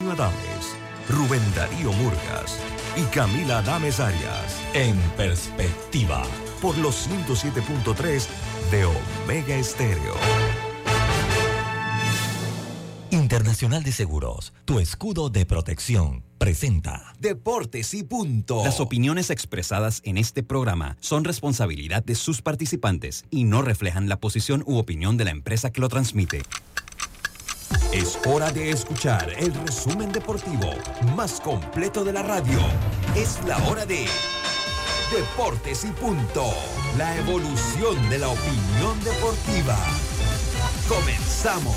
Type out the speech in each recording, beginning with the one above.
Antonio Adames, Rubén Darío Murgas y Camila Adames Arias. En Perspectiva, por los 107.3 de Omega Estéreo. Internacional de Seguros, tu escudo de protección, presenta Deportes y Punto. Las opiniones expresadas en este programa son responsabilidad de sus participantes y no reflejan la posición u opinión de la empresa que lo transmite. Es hora de escuchar el resumen deportivo más completo de la radio. Es la hora de Deportes y Punto. La evolución de la opinión deportiva. Comenzamos.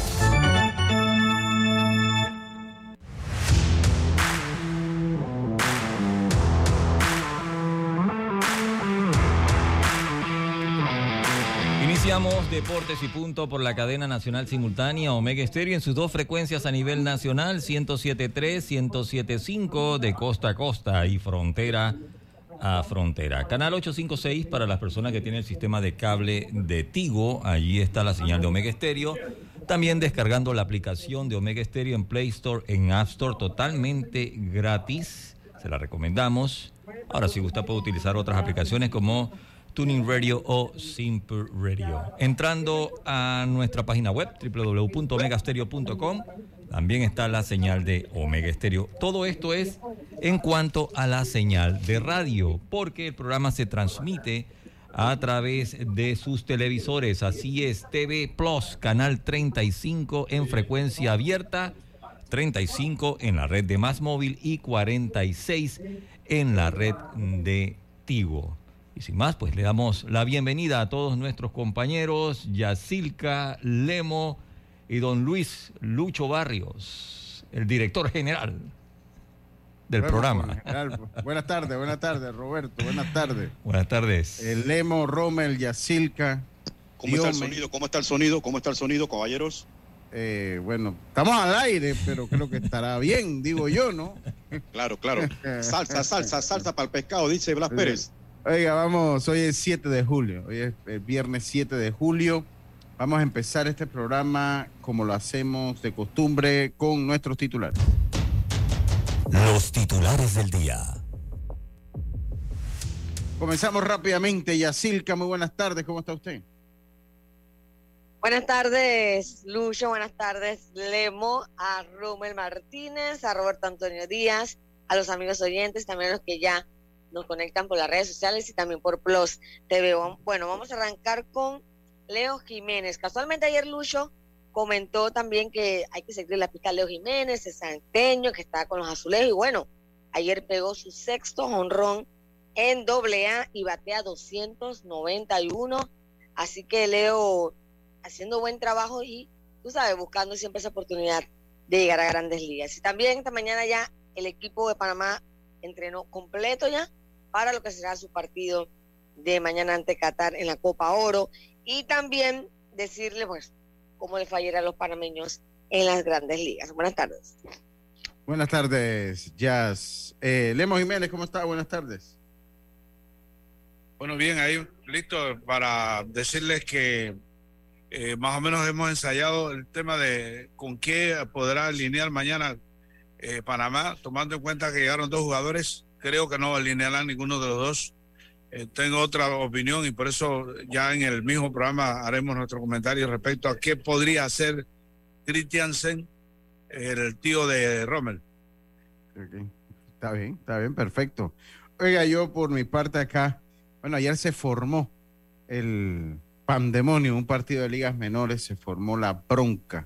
Iniciamos Deportes y Punto por la cadena nacional simultánea Omega Estéreo en sus dos frecuencias a nivel nacional, 107.3, 107.5 de costa a costa y frontera a frontera. Canal 856 para las personas que tienen el sistema de cable de Tigo, allí está la señal de Omega Estéreo. También descargando la aplicación de Omega Estéreo en Play Store, en App Store, totalmente gratis, se la recomendamos. Ahora, si gusta, puede utilizar otras aplicaciones como Tuning Radio o Simple Radio. Entrando a nuestra página web www.omegastereo.com, también está la señal de Omega Estéreo. Todo esto es en cuanto a la señal de radio, porque el programa se transmite a través de sus televisores. Así es, TV Plus, canal 35 en frecuencia abierta, 35 en la red de Más Móvil y 46 en la red de Tigo. Y sin más, pues le damos la bienvenida a todos nuestros compañeros, Yacilca, Lemo y don Luis Lucho Barrios, el director general del programa. Buenas tardes, Roberto, buenas tardes. Buenas tardes. El Lemo, Rommel, Yacilca. ¿Cómo está el sonido? ¿Cómo está el sonido? ¿Cómo está el sonido, caballeros? Bueno, estamos al aire, pero creo que estará bien, digo yo, ¿no? Claro. Salsa para el pescado, dice Blas Pérez. Oiga, vamos, hoy es 7 de julio, hoy es el viernes 7 de julio. Vamos a empezar este programa como lo hacemos de costumbre con nuestros titulares. los titulares del día. Comenzamos rápidamente. Yacilca, muy buenas tardes, ¿cómo está usted? Buenas tardes, Lucho, buenas tardes, Lemo, a Rommel Martínez, a Roberto Antonio Díaz, a los amigos oyentes, también a los que ya nos conectan por las redes sociales y también por Plus TV. Bueno, vamos a arrancar con Leo Jiménez. Casualmente ayer Lucho comentó también que hay que seguir la pista a Leo Jiménez, el santeño que está con los azulejos, y bueno, ayer pegó su sexto jonrón en AA y batea 291, así que Leo haciendo buen trabajo y, tú sabes, buscando siempre esa oportunidad de llegar a grandes ligas. Y también esta mañana ya el equipo de Panamá entrenó completo ya para lo que será su partido de mañana ante Qatar en la Copa Oro, y también decirle pues cómo le fue ayer a los panameños en las grandes ligas. Buenas tardes. Buenas tardes, Jazz. Lemo Jiménez, ¿cómo está? Buenas tardes. Bueno, bien, ahí listo para decirles que más o menos hemos ensayado el tema de con qué podrá alinear mañana Panamá, tomando en cuenta que llegaron dos jugadores. Creo que no alinearán ninguno de los dos. Tengo otra opinión y por eso ya en el mismo programa haremos nuestro comentario respecto a qué podría hacer Christiansen, el tío de Rommel. Okay. Está bien, perfecto. Oiga, yo por mi parte acá, bueno, ayer se formó el pandemonio, un partido de ligas menores, se formó la bronca.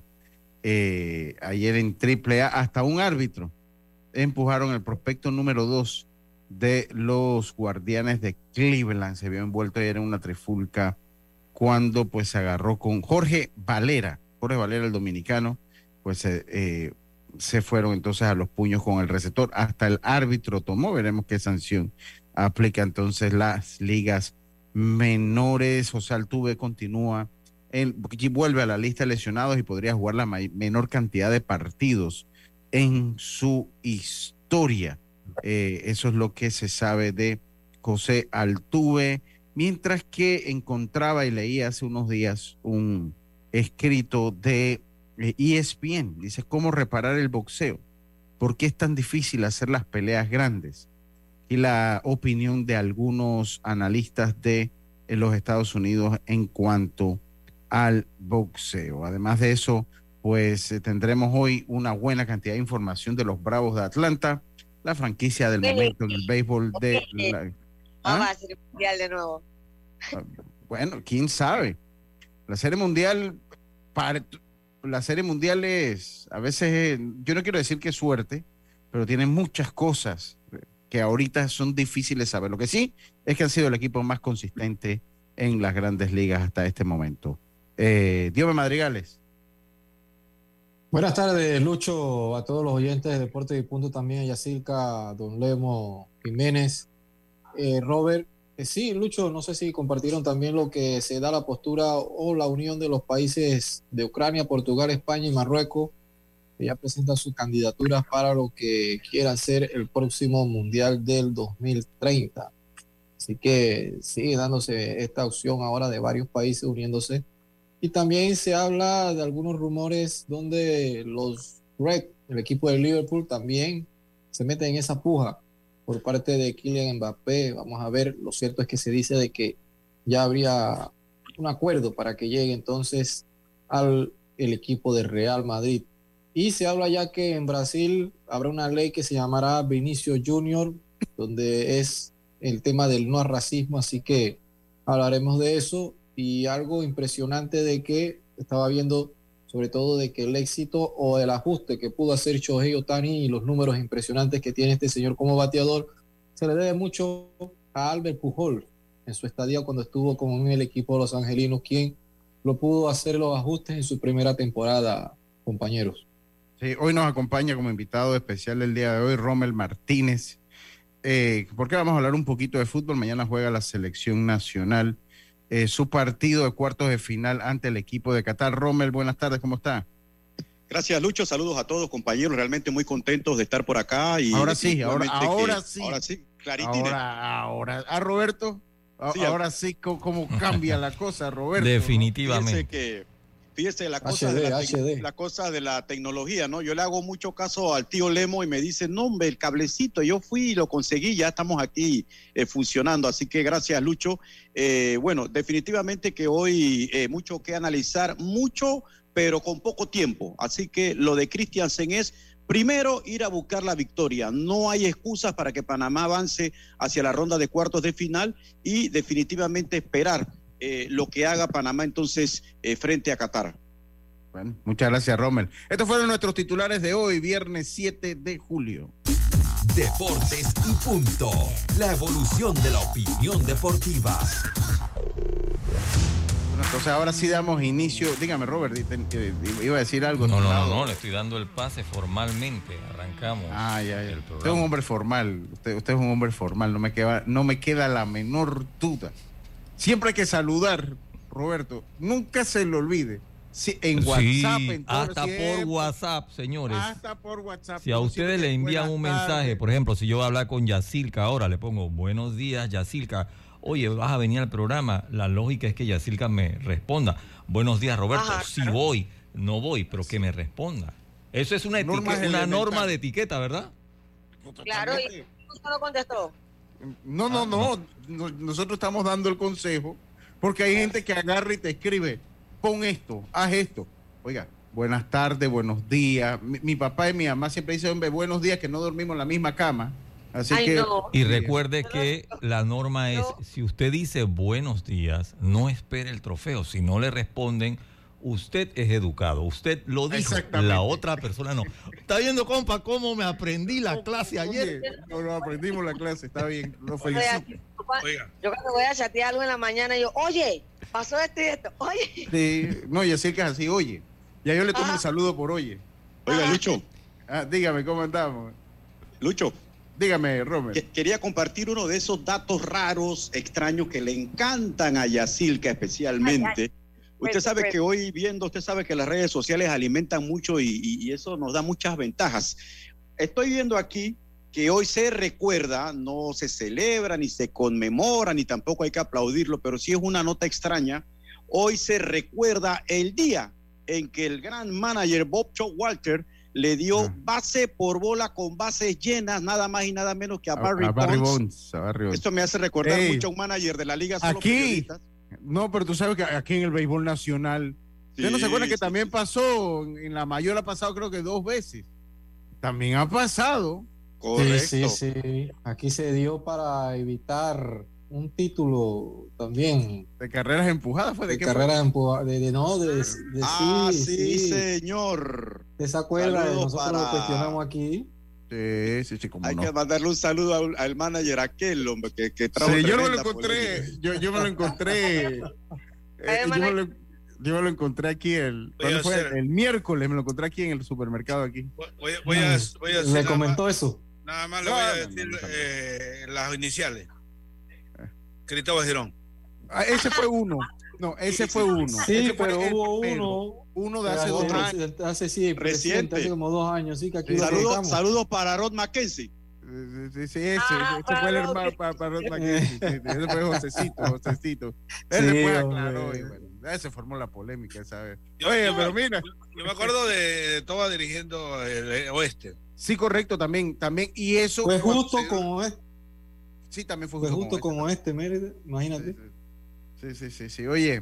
Ayer en AAA, hasta un árbitro empujaron el prospecto número 2 de los Guardianes de Cleveland. Se vio envuelto ayer en una trifulca cuando pues se agarró con Jorge Valera, el dominicano, pues se fueron entonces a los puños con el receptor. Hasta el árbitro tomó, veremos qué sanción aplica entonces las ligas menores. José Altuve continúa, vuelve a la lista de lesionados y podría jugar la menor cantidad de partidos en su historia. Eso es lo que se sabe de José Altuve, mientras que encontraba y leía hace unos días un escrito de ESPN, dice cómo reparar el boxeo. ¿por qué es tan difícil hacer las peleas grandes? Y la opinión de algunos analistas de los Estados Unidos en cuanto al boxeo. Además de eso, pues tendremos hoy una buena cantidad de información de los Bravos de Atlanta, la franquicia del momento en el béisbol de va a ser el mundial de nuevo. Bueno, quién sabe. La serie mundial es, a veces, yo no quiero decir que es suerte, pero tiene muchas cosas que ahorita son difíciles de saber. Lo que sí es que han sido el equipo más consistente en las grandes ligas hasta este momento. Diome Madrigales. Buenas tardes, Lucho, a todos los oyentes de Deportes y Punto, también a Yacirca, Don Lemo, Jiménez, Robert. Sí, Lucho, no sé si compartieron también lo que se da la postura o la unión de los países de Ucrania, Portugal, España y Marruecos, que ya presentan sus candidaturas para lo que quieran ser el próximo Mundial del 2030. Así que sigue dándose esta opción ahora de varios países uniéndose. Y también se habla de algunos rumores donde los Red, el equipo de Liverpool, también se meten en esa puja por parte de Kylian Mbappé. Vamos a ver, lo cierto es que se dice de que ya habría un acuerdo para que llegue entonces al el equipo de Real Madrid. Y se habla ya que en Brasil habrá una ley que se llamará Vinicio Junior, donde es el tema del no al racismo, así que hablaremos de eso. Y algo impresionante de que estaba viendo, sobre todo de que el éxito o el ajuste que pudo hacer Shohei Ohtani y los números impresionantes que tiene este señor como bateador, se le debe mucho a Albert Pujols en su estadía cuando estuvo con el equipo de los angelinos, quien lo pudo hacer los ajustes en su primera temporada, compañeros. Sí, hoy nos acompaña como invitado especial el día de hoy Rommel Martínez, porque vamos a hablar un poquito de fútbol. Mañana juega la selección nacional, su partido de cuartos de final ante el equipo de Qatar. Rommel, buenas tardes, ¿cómo está? Gracias, Lucho, saludos a todos, compañeros, realmente muy contentos de estar por acá. Y ahora sí, claritines. Ahora, a Roberto, sí, ahora sí, ¿cómo cambia la cosa, Roberto? Definitivamente. Fíjese la cosa de la tecnología, ¿no? Yo le hago mucho caso al tío Lemo y me dice, no, hombre, el cablecito, yo fui y lo conseguí, ya estamos aquí funcionando, así que gracias, Lucho. Bueno, definitivamente que hoy mucho que analizar, mucho, pero con poco tiempo, así que lo de Christiansen es, primero, ir a buscar la victoria. No hay excusas para que Panamá avance hacia la ronda de cuartos de final y definitivamente esperar lo que haga Panamá entonces frente a Qatar. Bueno, muchas gracias, Rommel. Estos fueron nuestros titulares de hoy, viernes 7 de julio. Deportes y Punto. La evolución de la opinión deportiva. Bueno, entonces ahora sí damos inicio. Dígame, Robert, iba a decir algo. No, le estoy dando el pase formalmente. Arrancamos el programa. Usted es un hombre formal. Usted es un hombre formal. No me queda la menor duda. Siempre hay que saludar, Roberto. Nunca se le olvide. Sí, en WhatsApp. Hasta por WhatsApp, señores. Hasta por WhatsApp. Si a ustedes le envían un mensaje, por ejemplo, si yo voy a hablar con Yacilca ahora, le pongo, buenos días, Yacilca. Oye, vas a venir al programa. La lógica es que Yacilca me responda. Buenos días, Roberto. Sí voy, no voy, pero que me responda. Eso es una norma de etiqueta, ¿verdad? Claro, y usted no contestó. No. Nosotros estamos dando el consejo porque hay gente que agarra y te escribe, pon esto, haz esto. Oiga, buenas tardes, buenos días. Mi papá y mi mamá siempre dicen, hombre, buenos días, que no dormimos en la misma cama. Así que... No. Y recuerde que la norma es, si usted dice buenos días, no espere el trofeo. Si no le responden, usted es educado. Usted lo dijo, la otra persona no. ¿Está viendo, compa, cómo me aprendí la clase ayer? No aprendimos la clase, está bien, lo felicito. Yo cuando voy a chatear algo en la mañana, yo, oye, pasó esto y esto, oye. Sí, no, y así que es así, oye. Ya yo le tomo el saludo por oye. Oiga, Lucho. Dígame, ¿cómo andamos? Lucho. Dígame, Romer. Quería compartir uno de esos datos raros, extraños, que le encantan a Yacilca especialmente. Usted sabe que hoy usted sabe que las redes sociales alimentan mucho y eso nos da muchas ventajas. Estoy viendo aquí que hoy se recuerda, no se celebra, ni se conmemora, ni tampoco hay que aplaudirlo, pero sí es una nota extraña. Hoy se recuerda el día en que el gran manager Bob Showalter le dio base por bola con bases llenas, nada más y nada menos que a Barry Bonds. Esto me hace recordar mucho a un manager de la liga. Aquí, no, pero tú sabes que aquí en el béisbol nacional, ¿usted no se acuerda que también pasó? En la mayor ha pasado creo que 2 veces. También ha pasado. Correcto. Sí. Aquí se dio para evitar un título también. ¿De carreras empujadas? ¿Fue de qué? Carreras empujadas. Sí, señor. ¿Se acuerda? Nosotros lo cuestionamos aquí. Sí, como hay que mandarle un saludo al manager aquel, hombre, que trajo. Sí, yo me lo encontré. Yo me lo encontré. Yo me lo encontré aquí el miércoles, me lo encontré aquí en el supermercado aquí. Voy a ¿Le comentó eso? Nada más le voy a decir las iniciales. Cristóbal Girón. Ese fue uno. No, ese fue uno. Sí, pero hubo uno de hace 2 años. Reciente. Hace como 2 años, sí, que aquí saludos para Rod McKenzie. Sí, ese fue el hermano para Rod McKenzie. Ese fue Josecito. Él después aclaró y bueno, se formó la polémica, ¿sabes? Oye, pero mira. Yo me acuerdo de Toba dirigiendo el Oeste. Sí, correcto, también. Y eso fue justo como este. Sí, también fue justo como este, Mérida, imagínate. Sí. Oye,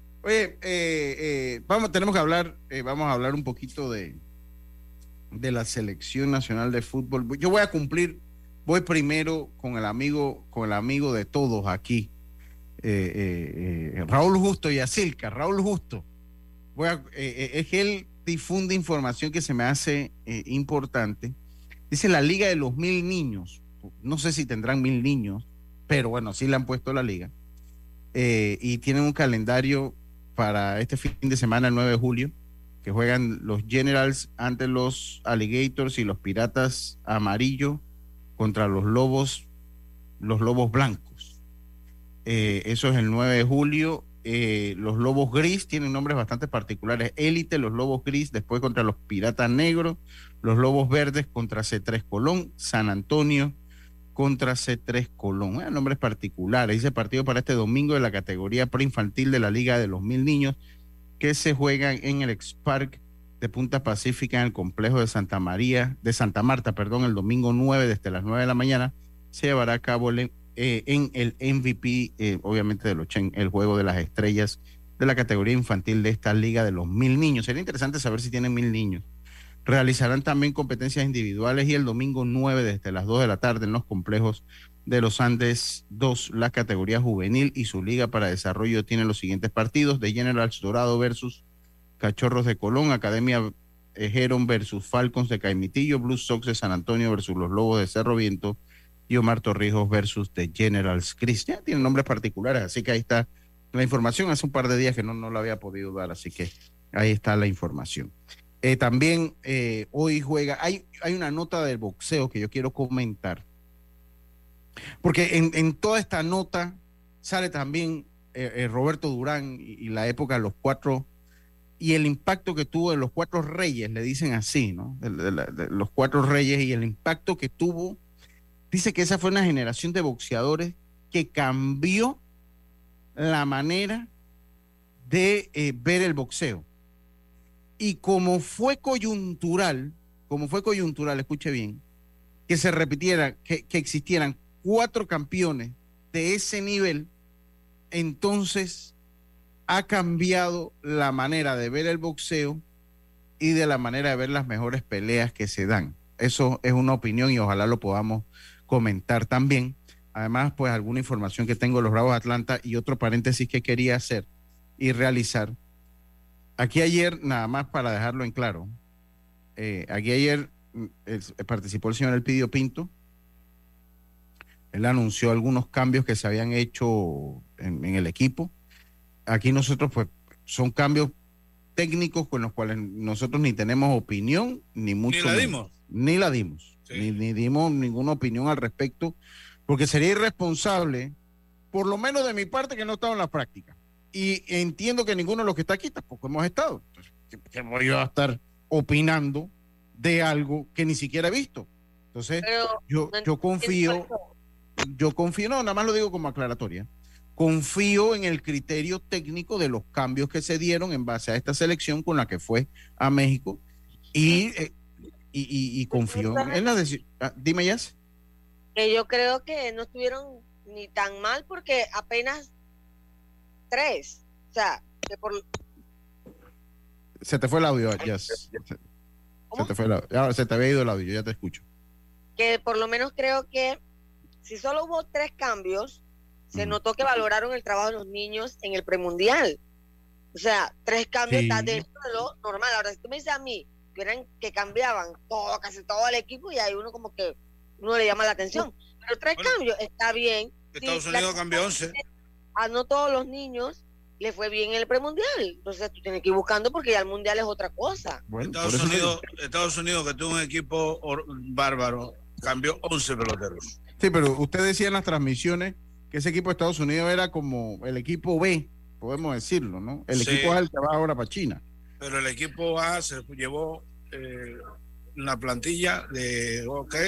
tenemos que hablar, vamos a hablar un poquito de la selección nacional de fútbol. Yo voy primero con el amigo de todos aquí, Raúl Justo y Yacilca. Raúl Justo, es que él difunde información que se me hace importante. Dice la Liga de los 1000 niños. No sé si tendrán 1000 niños, pero bueno, sí le han puesto la liga. Y tienen un calendario para este fin de semana, el 9 de julio, que juegan los Generals ante los Alligators y los Piratas Amarillo contra los Lobos Blancos. Eso es el 9 de julio. Los Lobos Gris tienen nombres bastante particulares. Élite, los Lobos Gris, después contra los Piratas Negros, los Lobos Verdes contra C3 Colón, San Antonio contra C3 Colón. Nombres particulares. Dice partido para este domingo de la categoría preinfantil de la Liga de los 1000 niños, que se juegan en el Expark de Punta Pacífica en el complejo de Santa Marta, el domingo 9 desde las 9 de la mañana. Se llevará a cabo en el MVP, obviamente del el juego de las estrellas de la categoría infantil de esta Liga de los 1000 niños. Sería interesante saber si tienen 1000 niños. Realizarán también competencias individuales y el domingo 9 desde las 2 de la tarde en los complejos de los Andes 2, la categoría juvenil y su liga para desarrollo tiene los siguientes partidos: de Generals Dorado versus Cachorros de Colón, Academia Heron versus Falcons de Caimitillo, Blue Sox de San Antonio versus los Lobos de Cerro Viento y Omar Torrijos versus The Generals Cristian. Tienen nombres particulares, así que ahí está la información. Hace un par de días que no la había podido dar, así que ahí está la información. También hoy juega, hay una nota del boxeo que yo quiero comentar, porque en toda esta nota sale también Roberto Durán y la época de los 4 y el impacto que tuvo de los 4 reyes, le dicen así, ¿no? De los 4 reyes y el impacto que tuvo. Dice que esa fue una generación de boxeadores que cambió la manera de ver el boxeo. Y como fue coyuntural, escuche bien, que se repitiera, que existieran 4 campeones de ese nivel, entonces ha cambiado la manera de ver el boxeo y de la manera de ver las mejores peleas que se dan. Eso es una opinión y ojalá lo podamos comentar también. Además, pues alguna información que tengo de los Bravos de Atlanta y otro paréntesis que quería hacer y realizar. Aquí ayer, nada más para dejarlo en claro, aquí ayer participó el señor Elpidio Pinto. Él anunció algunos cambios que se habían hecho en el equipo. Aquí nosotros, pues, son cambios técnicos con los cuales nosotros ni tenemos opinión, ni mucho. Ni la dimos. Sí. Ni dimos ninguna opinión al respecto, porque sería irresponsable, por lo menos de mi parte, que no estaba en la práctica. Y entiendo que ninguno de los que está aquí tampoco hemos estado. Entonces, ¿qué voy yo a estar opinando de algo que ni siquiera he visto? Entonces, yo confío, no, nada más lo digo como aclaratoria. Confío en el criterio técnico de los cambios que se dieron en base a esta selección con la que fue a México y y confío en la decisión. Dime, Jazz. Que yo creo que no estuvieron ni tan mal porque apenas 3. O sea, que por... Se te fue el audio, Jazz. Se te había ido el audio, ya te escucho. Que por lo menos creo que si solo hubo 3 cambios, se notó que valoraron el trabajo de los niños en el premundial. O sea, 3 cambios está dentro de lo normal. Ahora, si tú me dices a mí que cambiaban casi todo el equipo, y hay uno como que uno le llama la atención. Pero 3 cambios está bien. Estados Unidos cambió 11. A no todos los niños le fue bien en el premundial. Entonces tú tienes que ir buscando porque ya el mundial es otra cosa. Bueno, Estados Unidos, que tuvo un equipo bárbaro, cambió 11 peloteros. Sí, pero usted decía en las transmisiones que ese equipo de Estados Unidos era como el equipo B, podemos decirlo, ¿no? El equipo A es el que va ahora para China. Pero el equipo A se llevó una plantilla de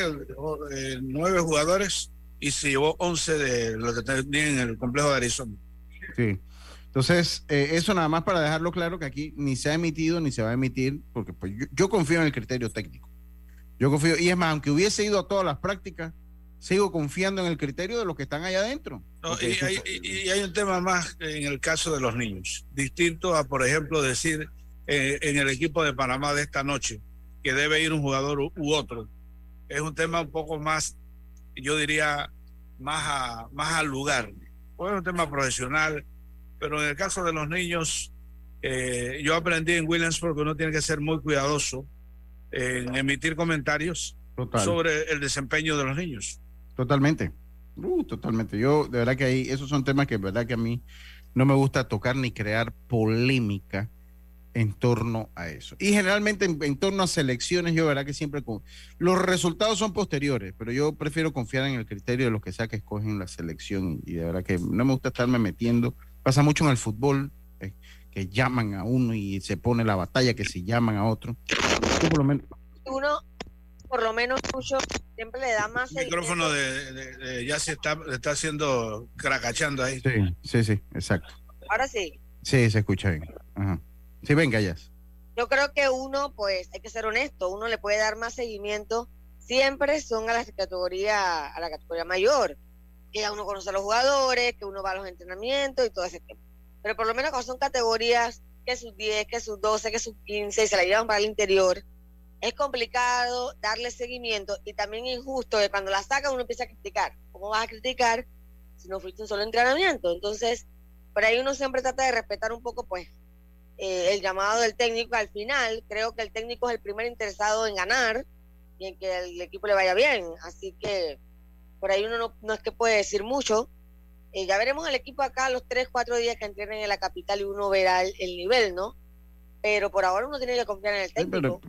9 jugadores y se llevó 11 de los que tenían en el complejo de Arizona. Sí. Entonces, eso nada más para dejarlo claro, que aquí ni se ha emitido ni se va a emitir, porque pues yo confío en el criterio técnico. Yo confío, y es más, aunque hubiese ido a todas las prácticas, sigo confiando en el criterio de los que están allá adentro. No, y hay un tema más en el caso de los niños, distinto a, por ejemplo, decir en el equipo de Panamá de esta noche que debe ir un jugador u otro. Es un tema un poco más, yo diría, más al lugar. Pues es un tema profesional, pero en el caso de los niños, yo aprendí en Williamsport que uno tiene que ser muy cuidadoso en emitir comentarios sobre el desempeño de los niños. Totalmente. Totalmente. Yo, de verdad que ahí, esos son temas que de verdad que a mí no me gusta tocar ni crear polémica en torno a eso. Y generalmente en torno a selecciones, yo de verdad que siempre los resultados son posteriores, pero yo prefiero confiar en el criterio de los que sea que escogen la selección, y de verdad que no me gusta estarme metiendo. Pasa mucho en el fútbol, que llaman a uno y se pone la batalla que si llaman a otro. Yo uno por lo menos mucho siempre le da más. El micrófono de ya se está haciendo cracachando ahí. Sí, exacto. Ahora sí. Sí, se escucha bien. Ajá. Sí, venga, ya. Yo creo que uno, pues, hay que ser honesto, uno le puede dar más seguimiento, siempre son a la categoría mayor, que ya uno conoce a los jugadores, que uno va a los entrenamientos y todo ese tema. Pero por lo menos cuando son categorías que sus 10, que sus 12, que sus 15 y se la llevan para el interior, es complicado darle seguimiento, y también injusto de cuando la sacan uno empieza a criticar. ¿Cómo vas a criticar si no fuiste un solo entrenamiento? Entonces, por ahí uno siempre trata de respetar un poco, pues, el llamado del técnico. Al final, creo que el técnico es el primer interesado en ganar y en que el equipo le vaya bien. Así que por ahí uno no es que puede decir mucho. Ya veremos el equipo acá los 3-4 días que entrenen en la capital y uno verá el nivel, ¿no? Pero por ahora uno tiene que confiar en el técnico.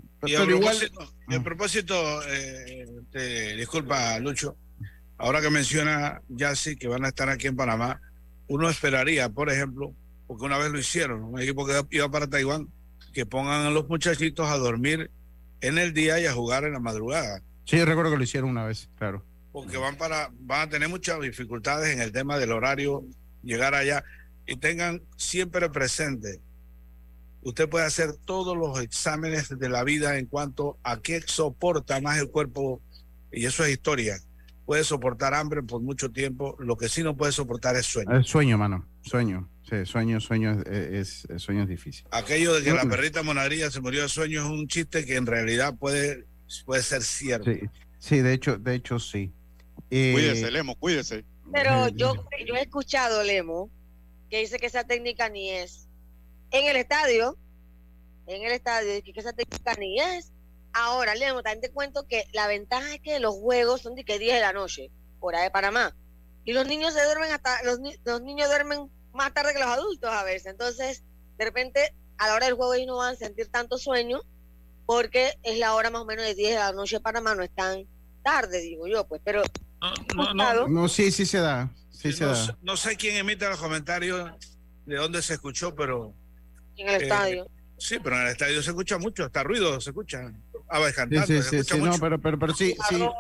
Y a propósito, disculpa, Lucho, ahora que menciona Yassi que van a estar aquí en Panamá, uno esperaría, por ejemplo, porque una vez lo hicieron, un equipo que iba para Taiwán, que pongan a los muchachitos a dormir en el día y a jugar en la madrugada. Sí, yo recuerdo que lo hicieron una vez, claro. Porque van a tener muchas dificultades en el tema del horario, llegar allá, y tengan siempre presente, usted puede hacer todos los exámenes de la vida en cuanto a qué soporta más el cuerpo, y eso es historia. Puede soportar hambre por mucho tiempo, lo que sí no puede soportar es sueño. El sueño, mano, sueño. Sí, sueño es difícil. Aquello de que la perrita Monagría se murió de sueño es un chiste que en realidad puede ser cierto. Sí, de hecho sí. Cuídese, Lemo, cuídese. Pero yo he escuchado, Lemo, que dice que esa técnica ni es. En el estadio, que esa técnica ni es. Ahora, Lemo, también te cuento que la ventaja es que los juegos son de que 10 de la noche, hora de Panamá. Y los niños se duermen los niños duermen más tarde que los adultos a veces. Entonces, de repente, a la hora del juego ellos no van a sentir tanto sueño, porque es la hora más o menos de 10 de la noche de Panamá, no es tan tarde, digo yo, pues, pero... Sí se da. No sé quién emite los comentarios de dónde se escuchó, pero... En el estadio. Sí, pero en el estadio se escucha mucho, hasta ruido se escucha. Cantando, sí, no, pero sí.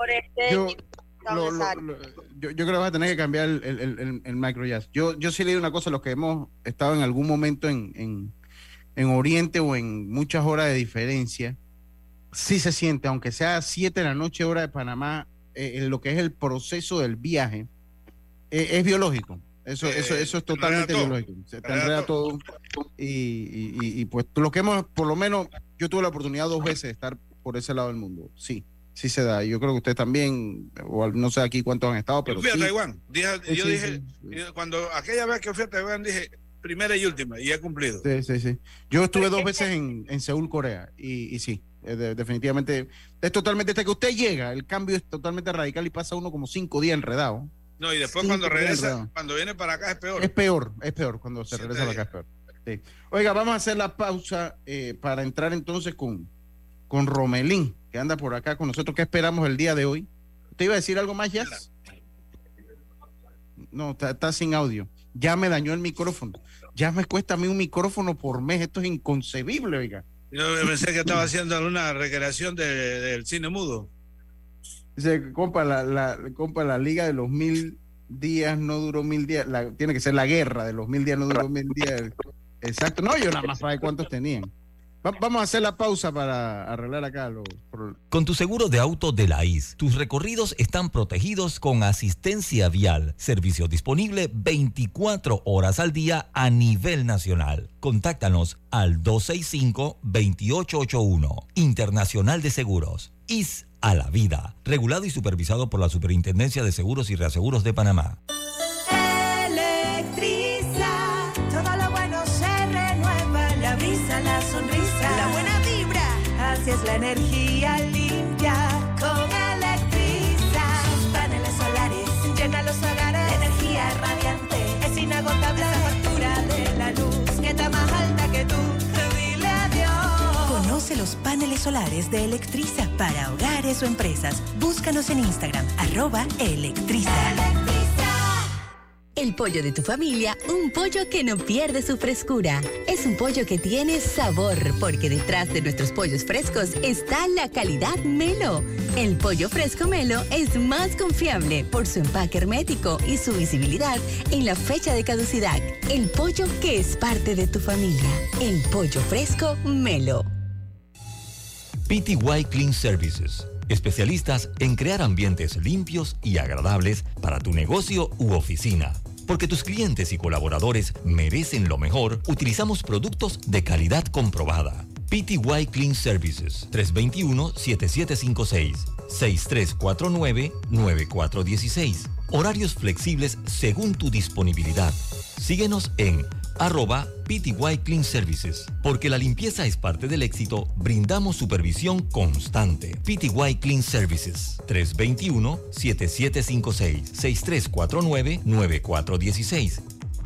Yo creo que vas a tener que cambiar el micro jazz. Yo sí le digo una cosa, los que hemos estado en algún momento en Oriente o en muchas horas de diferencia, sí se siente, aunque sea 7 de la noche, hora de Panamá, lo que es el proceso del viaje, es biológico. Eso es totalmente biológico. Se te enreda todo. Y pues lo que hemos, por lo menos, yo tuve la oportunidad 2 veces de estar por ese lado del mundo. Sí se da. Yo creo que usted también, o no sé aquí cuántos han estado, pero yo fui sí. a Taiwán. Yo dije, cuando aquella vez que fui a Taiwán, dije, primera y última, y he cumplido. Sí. Yo estuve 2 veces en Seúl, Corea, y sí, definitivamente, es totalmente, hasta que usted llega, el cambio es totalmente radical y pasa uno como 5 días enredado. No, y después cuando regresa, cuando viene para acá es peor. Es peor, cuando se regresa para acá es peor. Sí. Oiga, vamos a hacer la pausa para entrar entonces con Romelín, que anda por acá con nosotros. ¿Qué esperamos el día de hoy? ¿Usted iba a decir algo más, Jazz? No, está sin audio. Ya me dañó el micrófono. Ya me cuesta a mí un micrófono por mes. Esto es inconcebible, oiga. Yo pensé que estaba haciendo alguna recreación del cine mudo. Dice, compa, la liga de los 1000 días no duró 1000 días. Tiene que ser la guerra de los 1000 días no duró 1000 días. Exacto. No, yo nada más para ver cuántos tenían. Vamos a hacer la pausa para arreglar acá Con tu seguro de auto de la IS, tus recorridos están protegidos con asistencia vial. Servicio disponible 24 horas al día a nivel nacional. Contáctanos al 265-2881. Internacional de Seguros. IS a la vida. Regulado y supervisado por la Superintendencia de Seguros y Reaseguros de Panamá. La sonrisa, la buena vibra, así es la energía limpia con Electriza. Sus paneles solares llenan los hogares de energía radiante, es inagotable la factura de la luz que está más alta que tú. Dile adiós. Conoce los paneles solares de Electriza para hogares o empresas. Búscanos en Instagram @Electriza. El pollo de tu familia, un pollo que no pierde su frescura. Es un pollo que tiene sabor, porque detrás de nuestros pollos frescos está la calidad Melo. El pollo fresco Melo es más confiable por su empaque hermético y su visibilidad en la fecha de caducidad. El pollo que es parte de tu familia. El pollo fresco Melo. PTY Clean Services. Especialistas en crear ambientes limpios y agradables para tu negocio u oficina. Porque tus clientes y colaboradores merecen lo mejor, utilizamos productos de calidad comprobada. PTY Clean Services, 321-7756, 6349-9416. Horarios flexibles según tu disponibilidad. Síguenos en @PTY Clean Services. Porque la limpieza es parte del éxito, brindamos supervisión constante. PTY Clean Services, 321-7756, 6349-9416.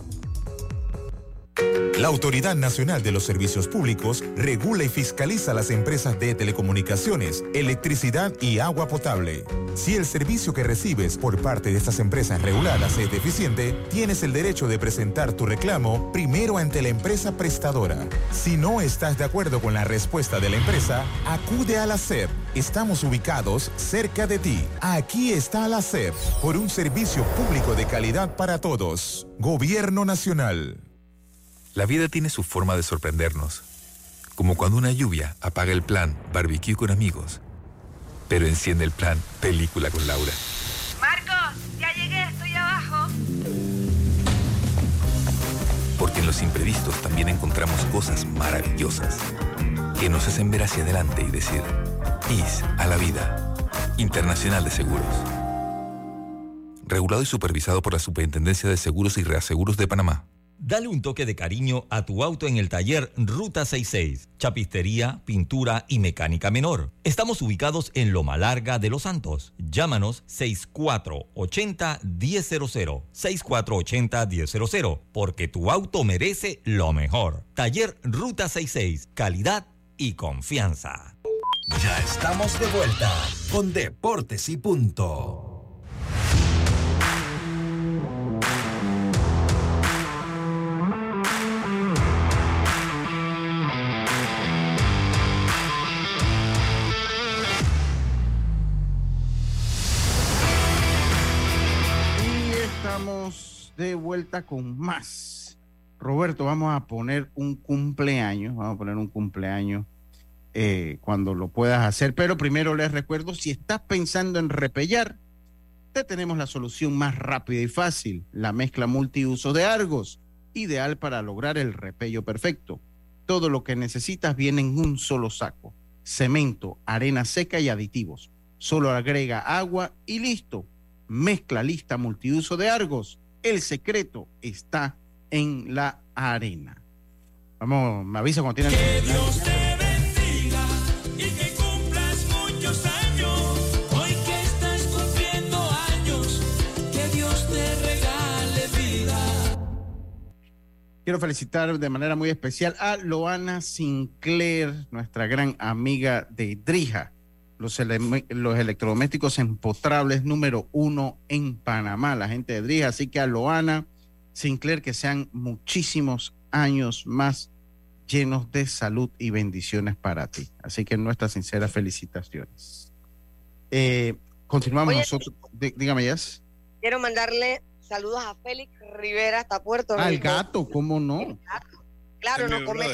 La Autoridad Nacional de los Servicios Públicos regula y fiscaliza las empresas de telecomunicaciones, electricidad y agua potable. Si el servicio que recibes por parte de estas empresas reguladas es deficiente, tienes el derecho de presentar tu reclamo primero ante la empresa prestadora. Si no estás de acuerdo con la respuesta de la empresa, acude a la SEP. Estamos ubicados cerca de ti. Aquí está la SEP, por un servicio público de calidad para todos. Gobierno Nacional. La vida tiene su forma de sorprendernos, como cuando una lluvia apaga el plan barbecue con amigos, pero enciende el plan película con Laura. Marcos, ya llegué, estoy abajo. Porque en los imprevistos también encontramos cosas maravillosas que nos hacen ver hacia adelante y decir, IS a la vida. Internacional de Seguros. Regulado y supervisado por la Superintendencia de Seguros y Reaseguros de Panamá. Dale un toque de cariño a tu auto en el taller Ruta 66. Chapistería, pintura y mecánica menor. Estamos ubicados en Loma Larga de Los Santos. Llámanos 6480-1000. 6480-1000. Porque tu auto merece lo mejor. Taller Ruta 66. Calidad y confianza. Ya estamos de vuelta con Deportes y Punto. Estamos de vuelta con más. Roberto, vamos a poner un cumpleaños. cuando lo puedas hacer. Pero primero les recuerdo, si estás pensando en repellar, te tenemos la solución más rápida y fácil, la mezcla multiuso de Argos, ideal para lograr el repello perfecto. Todo lo que necesitas viene en un solo saco: cemento, arena seca y aditivos. Solo agrega agua y listo. Mezcla lista multiuso de Argos. El secreto está en la arena. Vamos, me avisa cuando tienen. Que Dios te bendiga y que cumplas muchos años. Hoy que estás cumpliendo años, que Dios te regale vida. Quiero felicitar de manera muy especial a Loana Sinclair, nuestra gran amiga de Drija, los electrodomésticos empotrables número 1 en Panamá, la gente de Drija. Así que a Loana Sinclair, que sean muchísimos años más llenos de salud y bendiciones para ti. Así que nuestras sinceras felicitaciones. Continuamos. Oye, nosotros. Dígame, Jess. Quiero mandarle saludos a Félix Rivera hasta Puerto Rico. Al gato, ¿cómo no? Claro,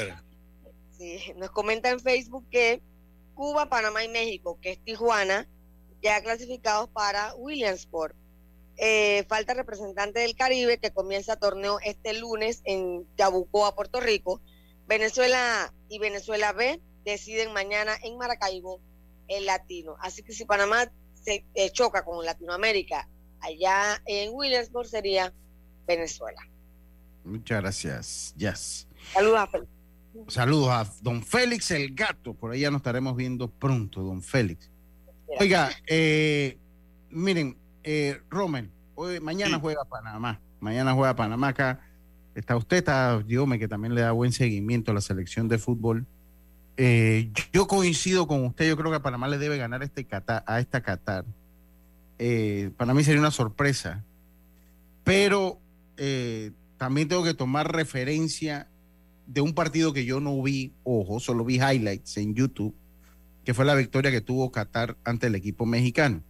nos comenta en Facebook que Cuba, Panamá y México, que es Tijuana, ya clasificados para Williamsport. Falta representante del Caribe, que comienza torneo este lunes en Yabucoa, Puerto Rico. Venezuela y Venezuela B deciden mañana en Maracaibo el latino. Así que si Panamá se choca con Latinoamérica allá en Williamsport, sería Venezuela. Muchas gracias, Jess. Saludos a Félix. Saludos a don Félix el gato. Por allá nos estaremos viendo pronto, don Félix. Oiga, miren, Rommel, mañana juega Panamá. Mañana juega Panamá acá. Está usted, está Diome, que también le da buen seguimiento a la selección de fútbol. Yo coincido con usted. Yo creo que Panamá le debe ganar a esta Qatar. Para mí sería una sorpresa. Pero también tengo que tomar referencia de un partido que yo no vi, solo vi highlights en YouTube, que fue la victoria que tuvo Qatar ante el equipo mexicano.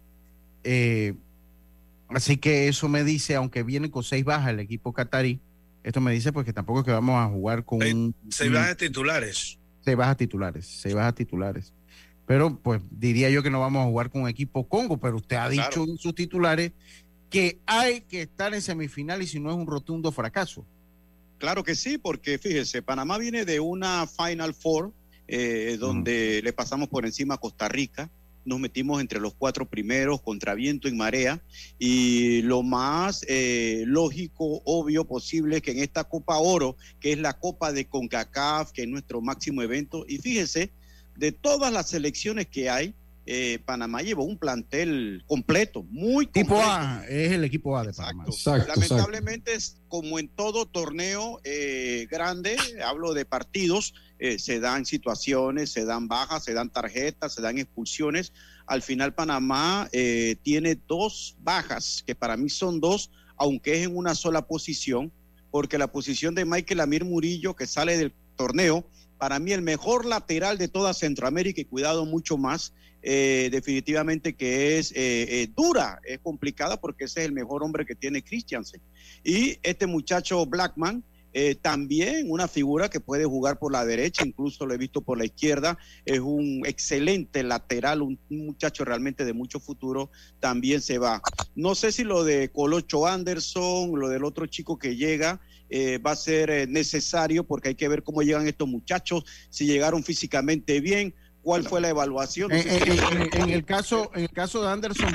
Así que eso me dice, aunque viene con 6 bajas el equipo qatarí, esto me dice pues que tampoco es que vamos a jugar con 6 bajas titulares. 6 bajas titulares. Pero pues diría yo que no vamos a jugar con un equipo Congo, pero usted ha dicho en sus titulares que hay que estar en semifinal y si no es un rotundo fracaso. Claro que sí, porque fíjese, Panamá viene de una Final Four donde le pasamos por encima a Costa Rica, nos metimos entre los 4 primeros contra viento y marea, y lo más lógico, obvio, posible es que en esta Copa Oro, que es la Copa de CONCACAF, que es nuestro máximo evento, y fíjese, de todas las selecciones que hay, Panamá llevó un plantel completo, muy completo. Tipo A, es el equipo A de Panamá. Exacto. Lamentablemente, es como en todo torneo grande, hablo de partidos, se dan situaciones, se dan bajas, se dan tarjetas, se dan expulsiones. Al final Panamá tiene 2 bajas, que para mí son 2, aunque es en una sola posición, porque la posición de Michael Amir Murillo, que sale del torneo, para mí el mejor lateral de toda Centroamérica, y cuidado mucho más, definitivamente que es dura, es complicada, porque ese es el mejor hombre que tiene Christiansen. Y este muchacho Blackman, también una figura que puede jugar por la derecha, incluso lo he visto por la izquierda, es un excelente lateral, un muchacho realmente de mucho futuro, también se va. No sé si lo de Colocho Anderson, lo del otro chico que llega, va a ser necesario, porque hay que ver cómo llegan estos muchachos, si llegaron físicamente bien, cuál fue la evaluación. En el caso de Anderson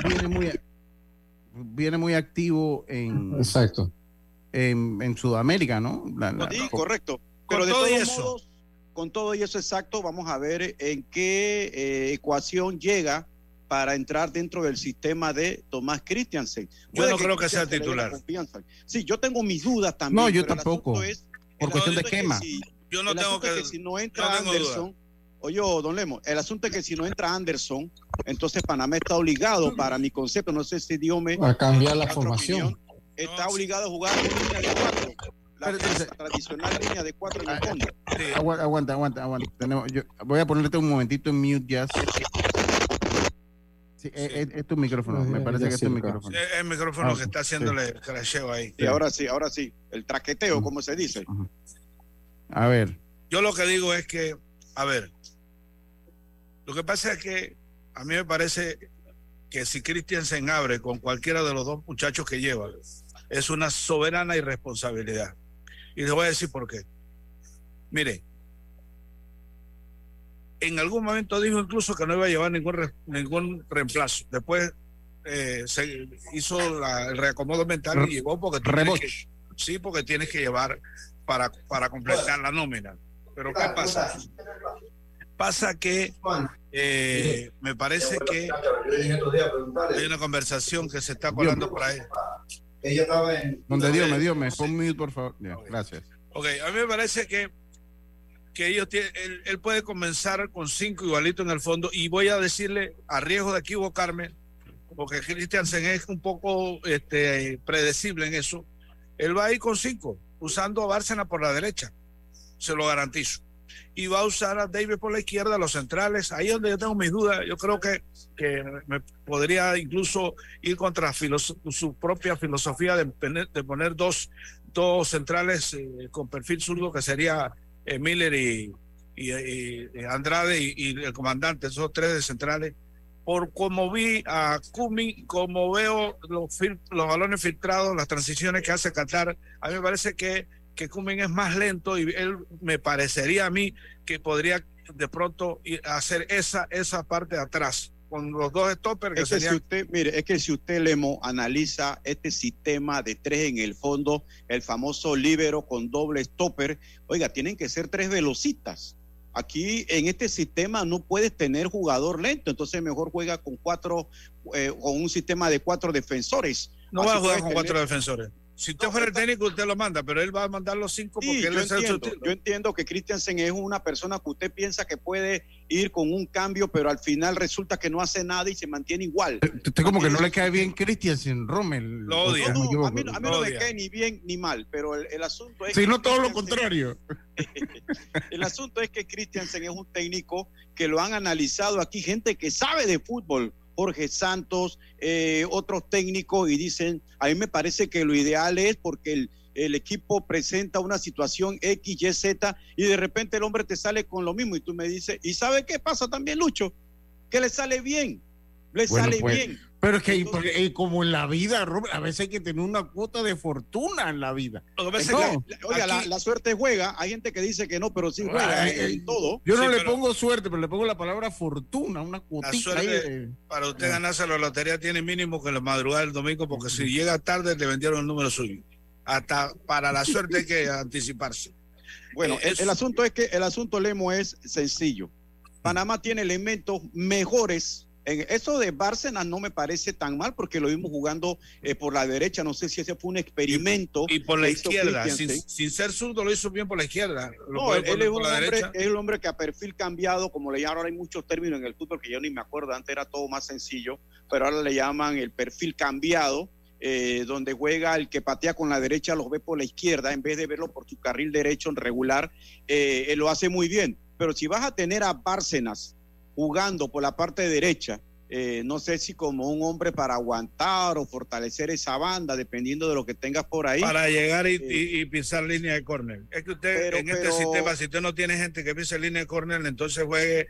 viene muy activo en Sudamérica, ¿no? Sí, correcto. Pero de todos modos, con todo y eso exacto, vamos a ver en qué ecuación llega para entrar dentro del sistema de Tomás Christiansen. Yo no creo que sea titular. Sí, yo tengo mis dudas también. No, yo tampoco. Por cuestión de esquema. Yo no tengo que... Si no entra Anderson, oye, don Lemo, el asunto es que si no entra Anderson, entonces Panamá está obligado, para mi concepto, no sé si Dios a cambiar la formación. Está obligado a jugar en línea de 4. La tradicional línea de 4 en el fondo. Sí. Aguanta. Voy a ponerte un momentito en mute, Jazz. Sí, es tu micrófono, me parece que es tu micrófono. Es el micrófono que está haciéndole crasheo ahí. Sí, ahora sí, el traqueteo, como se dice. A ver. Yo lo que digo es que, a ver, Lo que pasa es que a mí me parece que si Christiansen abre con cualquiera de los dos muchachos que lleva, es una soberana irresponsabilidad. Y les voy a decir por qué. Mire, en algún momento dijo incluso que no iba a llevar ningún reemplazo. Después se hizo el reacomodo mental y llegó porque porque tienes que llevar para completar la nómina. Pero ¿qué pasa? Pasa que me parece que hay una conversación que se está colando por ahí. Ella estaba en... Donde Dios me pon mute, por favor. Bien, gracias. Ok, a mí me parece que él puede comenzar con 5 igualito en el fondo, y voy a decirle, a riesgo de equivocarme, porque Christiansen es un poco predecible en eso, él va a ir con 5, usando a Bárcena por la derecha, se lo garantizo, y va a usar a David por la izquierda, los centrales. Ahí es donde yo tengo mis dudas. Yo creo que me podría incluso ir contra su propia filosofía de poner dos centrales con perfil zurdo, que sería Miller y Andrade y el comandante, esos 3 de centrales. Por como vi a Cumming, como veo los balones filtrados, las transiciones que hace Qatar, a mí me parece que Cumming es más lento, y él me parecería a mí que podría de pronto hacer esa parte de atrás con los 2 stoppers. Es que si usted Lemo analiza este sistema de 3 en el fondo, el famoso líbero con doble stopper, oiga, tienen que ser 3 velocistas. Aquí en este sistema no puedes tener jugador lento, entonces mejor juega con 4, con un sistema de 4 defensores. No va a jugar con 4 defensores. Si usted fuera el técnico, usted lo manda, pero él va a mandar los 5 porque él es el sustituto. Yo entiendo que Christiansen es una persona que usted piensa que puede ir con un cambio, pero al final resulta que no hace nada y se mantiene igual. Usted como que no le cae bien Christiansen, Rommel. Lo odia. A mí no me cae ni bien ni mal, pero el asunto es... Sí, no todo lo contrario. El asunto es que Christiansen es un técnico que lo han analizado aquí, gente que sabe de fútbol, Jorge Santos, otros técnicos, y dicen, a mí me parece que lo ideal es porque el equipo presenta una situación X, Y, Z, y de repente el hombre te sale con lo mismo, y tú me dices, ¿y sabe qué pasa también, Lucho? Que le sale bien, sale bien. Pero es que entonces, como en la vida, Robert, a veces hay que tener una cuota de fortuna en la vida. La suerte juega, hay gente que dice que no, pero sí juega en todo. Yo no le pongo suerte, pero le pongo la palabra fortuna, una cuotita. La suerte, para usted ganarse la lotería tiene mínimo que la madrugada del domingo, porque si llega tarde le vendieron el número suyo. Hasta para la suerte hay que anticiparse. Bueno, el asunto es que el asunto, Lemo, es sencillo. Panamá tiene elementos mejores. Eso de Bárcenas no me parece tan mal, porque lo vimos jugando por la derecha. No sé si ese fue un experimento. Y por la izquierda, sin ser zurdo, lo hizo bien por la izquierda. Él es un hombre que a perfil cambiado, como le llaman, ahora hay muchos términos en el fútbol que yo ni me acuerdo, antes era todo más sencillo, pero ahora le llaman el perfil cambiado, donde juega el que patea con la derecha, los ve por la izquierda, en vez de verlo por su carril derecho en regular. Él lo hace muy bien, pero si vas a tener a Bárcenas jugando por la parte derecha, no sé si como un hombre para aguantar o fortalecer esa banda, dependiendo de lo que tengas por ahí. Para llegar y pisar línea de córner. Es que usted este sistema, si usted no tiene gente que pise línea de córner, entonces juegue,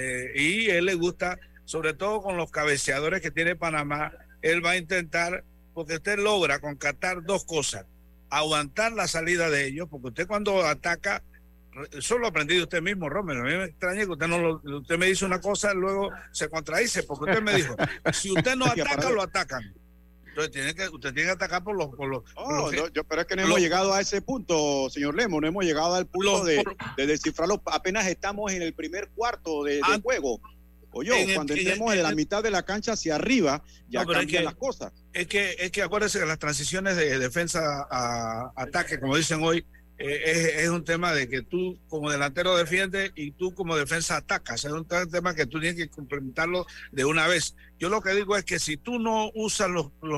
y él le gusta, sobre todo con los cabeceadores que tiene Panamá, él va a intentar, porque usted logra con Qatar 2 cosas: aguantar la salida de ellos, porque usted cuando ataca, eso lo ha aprendido usted mismo, Romero. A mí me extraña que usted me dice una cosa y luego se contradice, porque usted me dijo, si usted no ataca, lo atacan. Entonces usted tiene que atacar por los pero es que no hemos llegado a ese punto, señor Lemo, no hemos llegado al punto de descifrarlo. Apenas estamos en el primer cuarto de juego. Cuando entremos de la mitad de la cancha hacia arriba, ya cambian las cosas. Es que acuérdese que las transiciones de defensa a ataque, como dicen hoy, es un tema de que tú como delantero defiendes y tú como defensa atacas. Es un tema que tú tienes que complementarlo de una vez. Yo lo que digo es que si tú no usas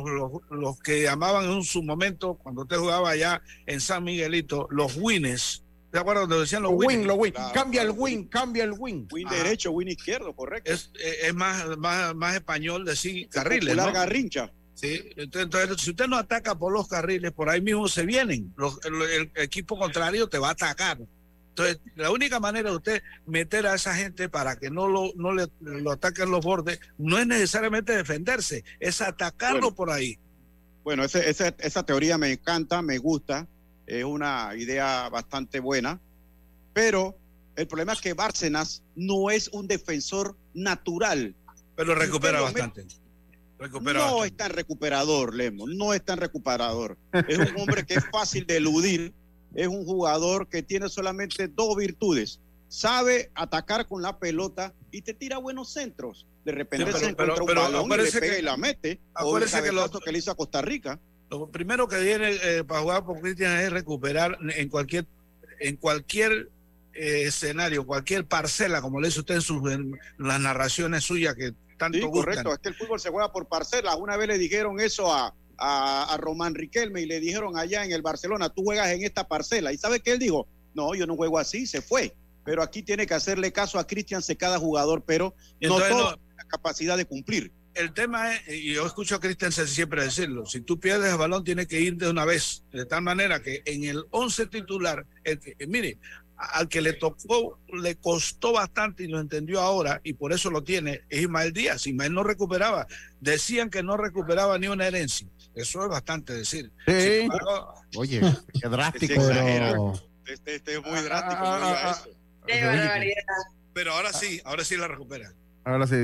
los que llamaban en su momento, cuando usted jugaba allá en San Miguelito, los wins, ¿de acuerdo? Donde decían los wins. Claro, cambia el win. Win derecho, win izquierdo, correcto. Es más español decir carriles, ¿no? Garrincha. Sí, entonces si usted no ataca por los carriles, por ahí mismo se vienen. El equipo contrario te va a atacar. Entonces, la única manera de usted meter a esa gente para que no lo ataquen los bordes, no es necesariamente defenderse, es atacarlo por ahí. Bueno, esa teoría me encanta, me gusta, es una idea bastante buena, pero el problema es que Bárcenas no es un defensor natural. Pero recupera bastante. No es tan recuperador, Lemo, no es tan recuperador. Es un hombre que es fácil de eludir, es un jugador que tiene solamente 2 virtudes. Sabe atacar con la pelota y te tira buenos centros. De repente se encuentra un balón y le pega y la mete. O el cabezazo que le hizo a Costa Rica. Lo primero que viene para jugar por Cristian es recuperar en cualquier escenario, cualquier parcela, como le dice usted en las narraciones suyas que tanto sí, gustan. Correcto, es que el fútbol se juega por parcelas. Una vez le dijeron eso a Román Riquelme y le dijeron allá en el Barcelona, tú juegas en esta parcela. ¿Y sabe qué él dijo? No, yo no juego así, se fue. Pero aquí tiene que hacerle caso a Christensen cada jugador, pero no toda la capacidad de cumplir. El tema es, y yo escucho a Christensen siempre decirlo, si tú pierdes el balón tienes que ir de una vez, de tal manera que en el 11 titular, mire, al que le tocó, le costó bastante y lo entendió ahora y por eso lo tiene, es Ismael Díaz. Ismael no recuperaba, decían que no recuperaba ni una herencia, eso es bastante decir. Sí. Oye, qué drástico. Este es muy drástico, no diga eso. Qué barbaridad. Pero ahora sí la recupera. Ahora sí.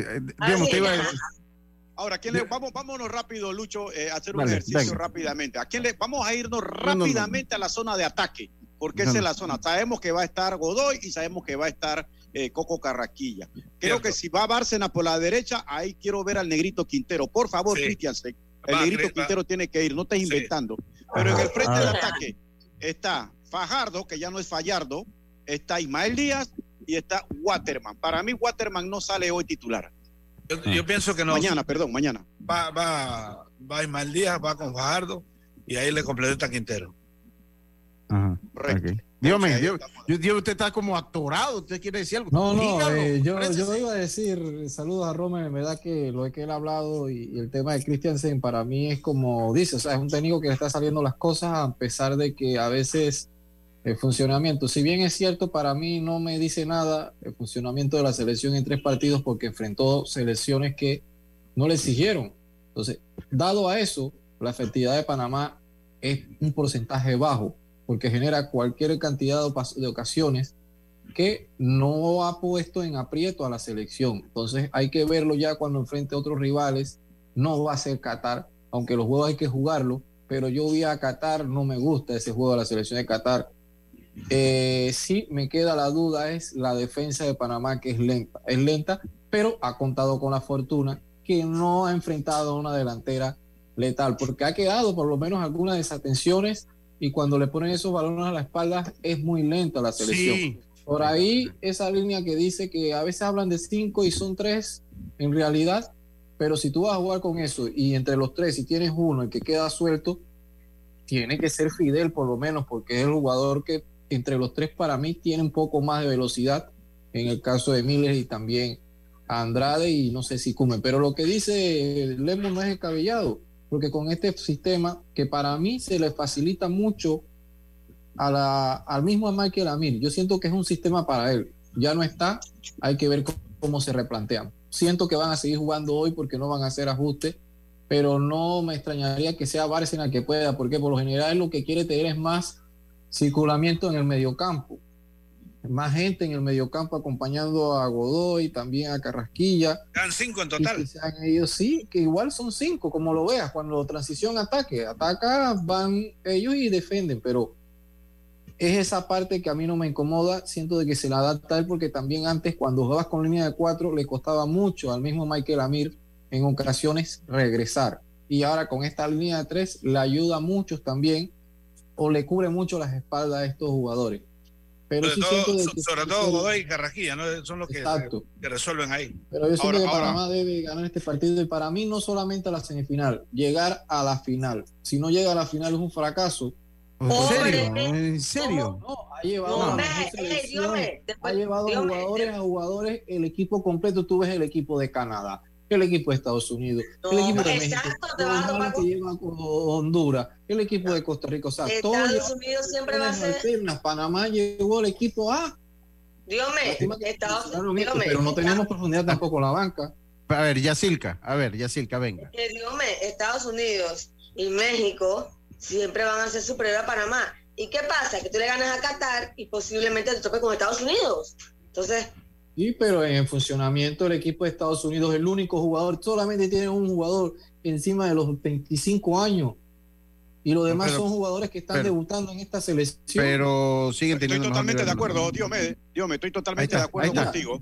Ahora, vámonos rápido, Lucho, a hacer un ejercicio rápidamente. Vamos a irnos rápidamente a la zona de ataque, porque esa es la zona. Sabemos que va a estar Godoy y sabemos que va a estar Coco Carrasquilla. Creo que si va Bárcenas por la derecha, ahí quiero ver al Negrito Quintero. Por favor, Christiansen. El Negrito Quintero tiene que ir, no estés inventando. Pero en el frente del ataque está Fajardo, que ya no es Fallardo, está Ismael Díaz y está Waterman. Para mí, Waterman no sale hoy titular. Yo pienso que no. Mañana. Va Ismael Díaz, va con Fajardo y ahí le completa Quintero. Ajá. Correcto. Okay. Dígame, Dios, usted está como atorado, ¿usted quiere decir algo? Yo iba a decir, saludos a Roma, en verdad que lo que él ha hablado y el tema de Christiansen para mí es como dice, o sea, es un técnico que le está saliendo las cosas a pesar de que a veces el funcionamiento, si bien es cierto, para mí no me dice nada el funcionamiento de la selección en 3 partidos porque enfrentó selecciones que no le exigieron. Entonces, dado a eso, la efectividad de Panamá es un porcentaje bajo porque genera cualquier cantidad de ocasiones que no ha puesto en aprieto a la selección. Entonces, hay que verlo ya cuando enfrente a otros rivales. No va a ser Qatar, aunque los juegos hay que jugarlo, pero yo vi a Qatar, no me gusta ese juego de la selección de Qatar. Sí me queda la duda es la defensa de Panamá, que es lenta, pero ha contado con la fortuna que no ha enfrentado a una delantera letal, porque ha quedado por lo menos algunas desatenciones y cuando le ponen esos balones a la espalda es muy lenta la selección. Sí. Por ahí esa línea que dice que a veces hablan de 5 y son 3 en realidad, pero si tú vas a jugar con eso y entre los 3 si tienes uno el que queda suelto, tiene que ser Fidel por lo menos, porque es el jugador que entre los 3 para mí tiene un poco más de velocidad, en el caso de Miller y también a Andrade y no sé si Cumen, pero lo que dice Lemo no es descabellado, porque con este sistema que para mí se le facilita mucho al mismo Michael Amir, yo siento que es un sistema para él, ya no está, hay que ver cómo se replantean. Siento que van a seguir jugando hoy porque no van a hacer ajustes, pero no me extrañaría que sea Bárcenas que pueda, porque por lo general lo que quiere tener es más circulamiento en el mediocampo, más gente en el mediocampo acompañando a Godoy, también a Carrasquilla. Eran 5 en total. Ellos sí, que igual son 5, como lo veas, cuando transición ataca, van ellos y defienden, pero es esa parte que a mí no me incomoda, siento de que se la adapta a él, porque también antes cuando jugabas con línea de 4 le costaba mucho al mismo Michael Amir en ocasiones regresar, y ahora con esta línea de 3 le ayuda a muchos también, o le cubre mucho las espaldas a estos jugadores. Pero sí sobre todo Godoy y Carrasquilla, ¿no? Son los que resuelven ahí. Pero yo siento que Panamá debe ganar este partido, y para mí no solamente a la semifinal, llegar a la final. Si no llega a la final es un fracaso. ¿En serio? No, ha llevado a jugadores, el equipo completo. Tú ves el equipo de Canadá, el equipo de Estados Unidos, el equipo de México, el que lleva con Honduras, el equipo de Costa Rica. O sea, Estados Unidos siempre va a ser. Panamá llevó el equipo A. Dígame, pero no tenemos profundidad tampoco en la banca. A ver, Yacilca, venga. Dígame, Estados Unidos y México siempre van a ser superior a Panamá. ¿Y qué pasa? Que tú le ganas a Qatar y posiblemente te toque con Estados Unidos. Entonces... Sí, pero en el funcionamiento el equipo de Estados Unidos, el único jugador, solamente tiene un jugador encima de los 25 años. Y los demás son jugadores que están debutando en esta selección. Pero siguen teniendo... Estoy totalmente de acuerdo, Dios me estoy totalmente de acuerdo contigo.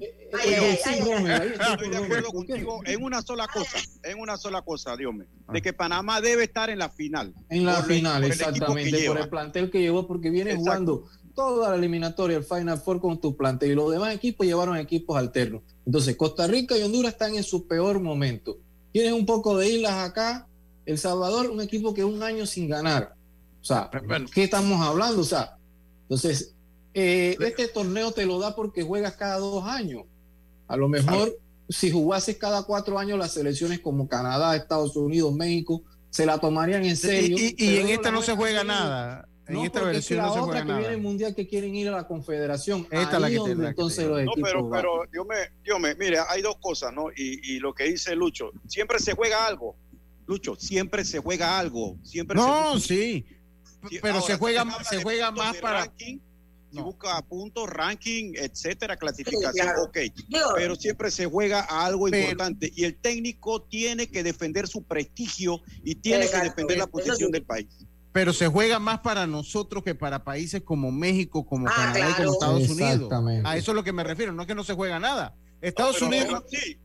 Estoy de acuerdo contigo en una sola cosa, Dios me, de que Panamá debe estar en la final. En la final, exactamente, por el plantel que llevó, porque viene jugando toda la eliminatoria, el Final Four con tu plantel, y los demás equipos llevaron equipos alternos. Entonces, Costa Rica y Honduras están en su peor momento. Tienen un poco de islas acá. El Salvador, un equipo que un año sin ganar. O sea, ¿qué estamos hablando? O sea, entonces, este torneo te lo da porque juegas cada 2 años. A lo mejor, si jugases cada 4 años, las selecciones como Canadá, Estados Unidos, México, se la tomarían en serio. Y en esta no se juega nada. En esta versión no se juega nada. Que viene el mundial que quieren ir a la Confederación. Esta es la que donde entonces los equipos pero Dios me, mire, hay 2 cosas, ¿no? Y lo que dice Lucho, siempre se juega algo. Lucho, siempre se juega algo. Sí. Pero ahora, se juega más para... Ranking, si busca puntos, ranking, etcétera, clasificación, ok. Pero siempre se juega a algo importante. Y el técnico tiene que defender su prestigio y tiene que defender la posición del país. Pero se juega más para nosotros que para países como México, como Canadá y como Estados Unidos. A eso es lo que me refiero. No es que no se juega nada. Estados Unidos... Sí.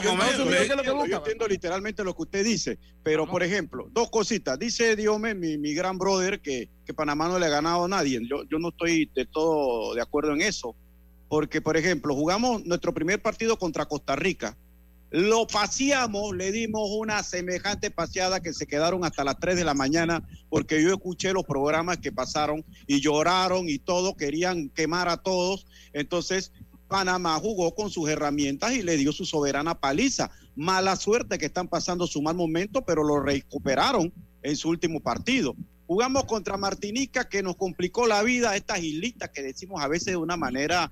Yo entiendo literalmente lo que usted dice, pero por ejemplo, 2 cositas. Dice Diome, mi gran brother, que Panamá no le ha ganado a nadie. Yo no estoy de todo de acuerdo en eso, porque por ejemplo, jugamos nuestro primer partido contra Costa Rica, lo paseamos, le dimos una semejante paseada que se quedaron hasta las 3 de la mañana, porque yo escuché los programas que pasaron y lloraron y todo, querían quemar a todos. Entonces Panamá jugó con sus herramientas y le dio su soberana paliza. Mala suerte que están pasando su mal momento, pero lo recuperaron en su último partido. Jugamos contra Martinica, que nos complicó la vida, estas islitas que decimos a veces de una manera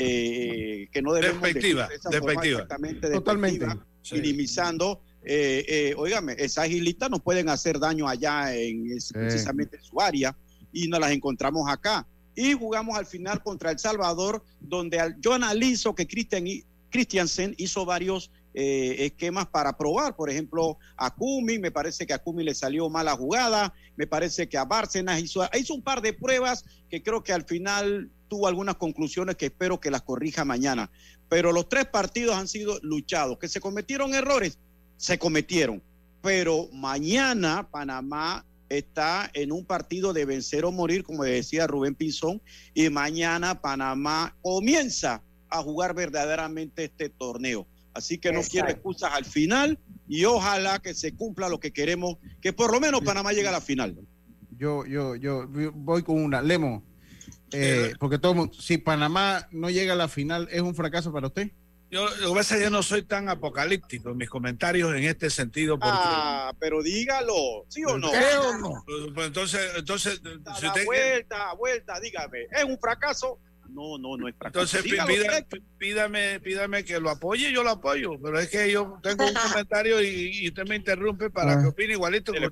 que no debemos despectiva. Totalmente. Minimizando. Óigame, esas islitas nos pueden hacer daño allá precisamente en su área, y nos las encontramos acá. Y jugamos al final contra El Salvador, donde yo analizo que Christiansen hizo varios esquemas para probar. Por ejemplo, a Kumi, me parece que a Kumi le salió mala jugada, me parece que a Bárcenas hizo un par de pruebas que creo que al final tuvo algunas conclusiones que espero que las corrija mañana. Pero los 3 partidos han sido luchados. ¿Que se cometieron errores? Se cometieron. Pero mañana Panamá está en un partido de vencer o morir, como decía Rubén Pinzón, y mañana Panamá comienza a jugar verdaderamente este torneo. Así que no quiero excusas al final, y ojalá que se cumpla lo que queremos, que por lo menos Panamá llegue a la final. Yo voy con una. Lemo, porque todo mundo, si Panamá no llega a la final, ¿es un fracaso para usted? Lo que pasa es que yo no soy tan apocalíptico en mis comentarios en este sentido. Porque... pero dígalo, ¿sí o no? ¿Creo o no? Pues entonces si usted vuelta, dígame, ¿es un fracaso? No es fracaso. Entonces pídame que lo apoye, yo lo apoyo, pero es que yo tengo un comentario y usted me interrumpe para que opine igualito. Dele.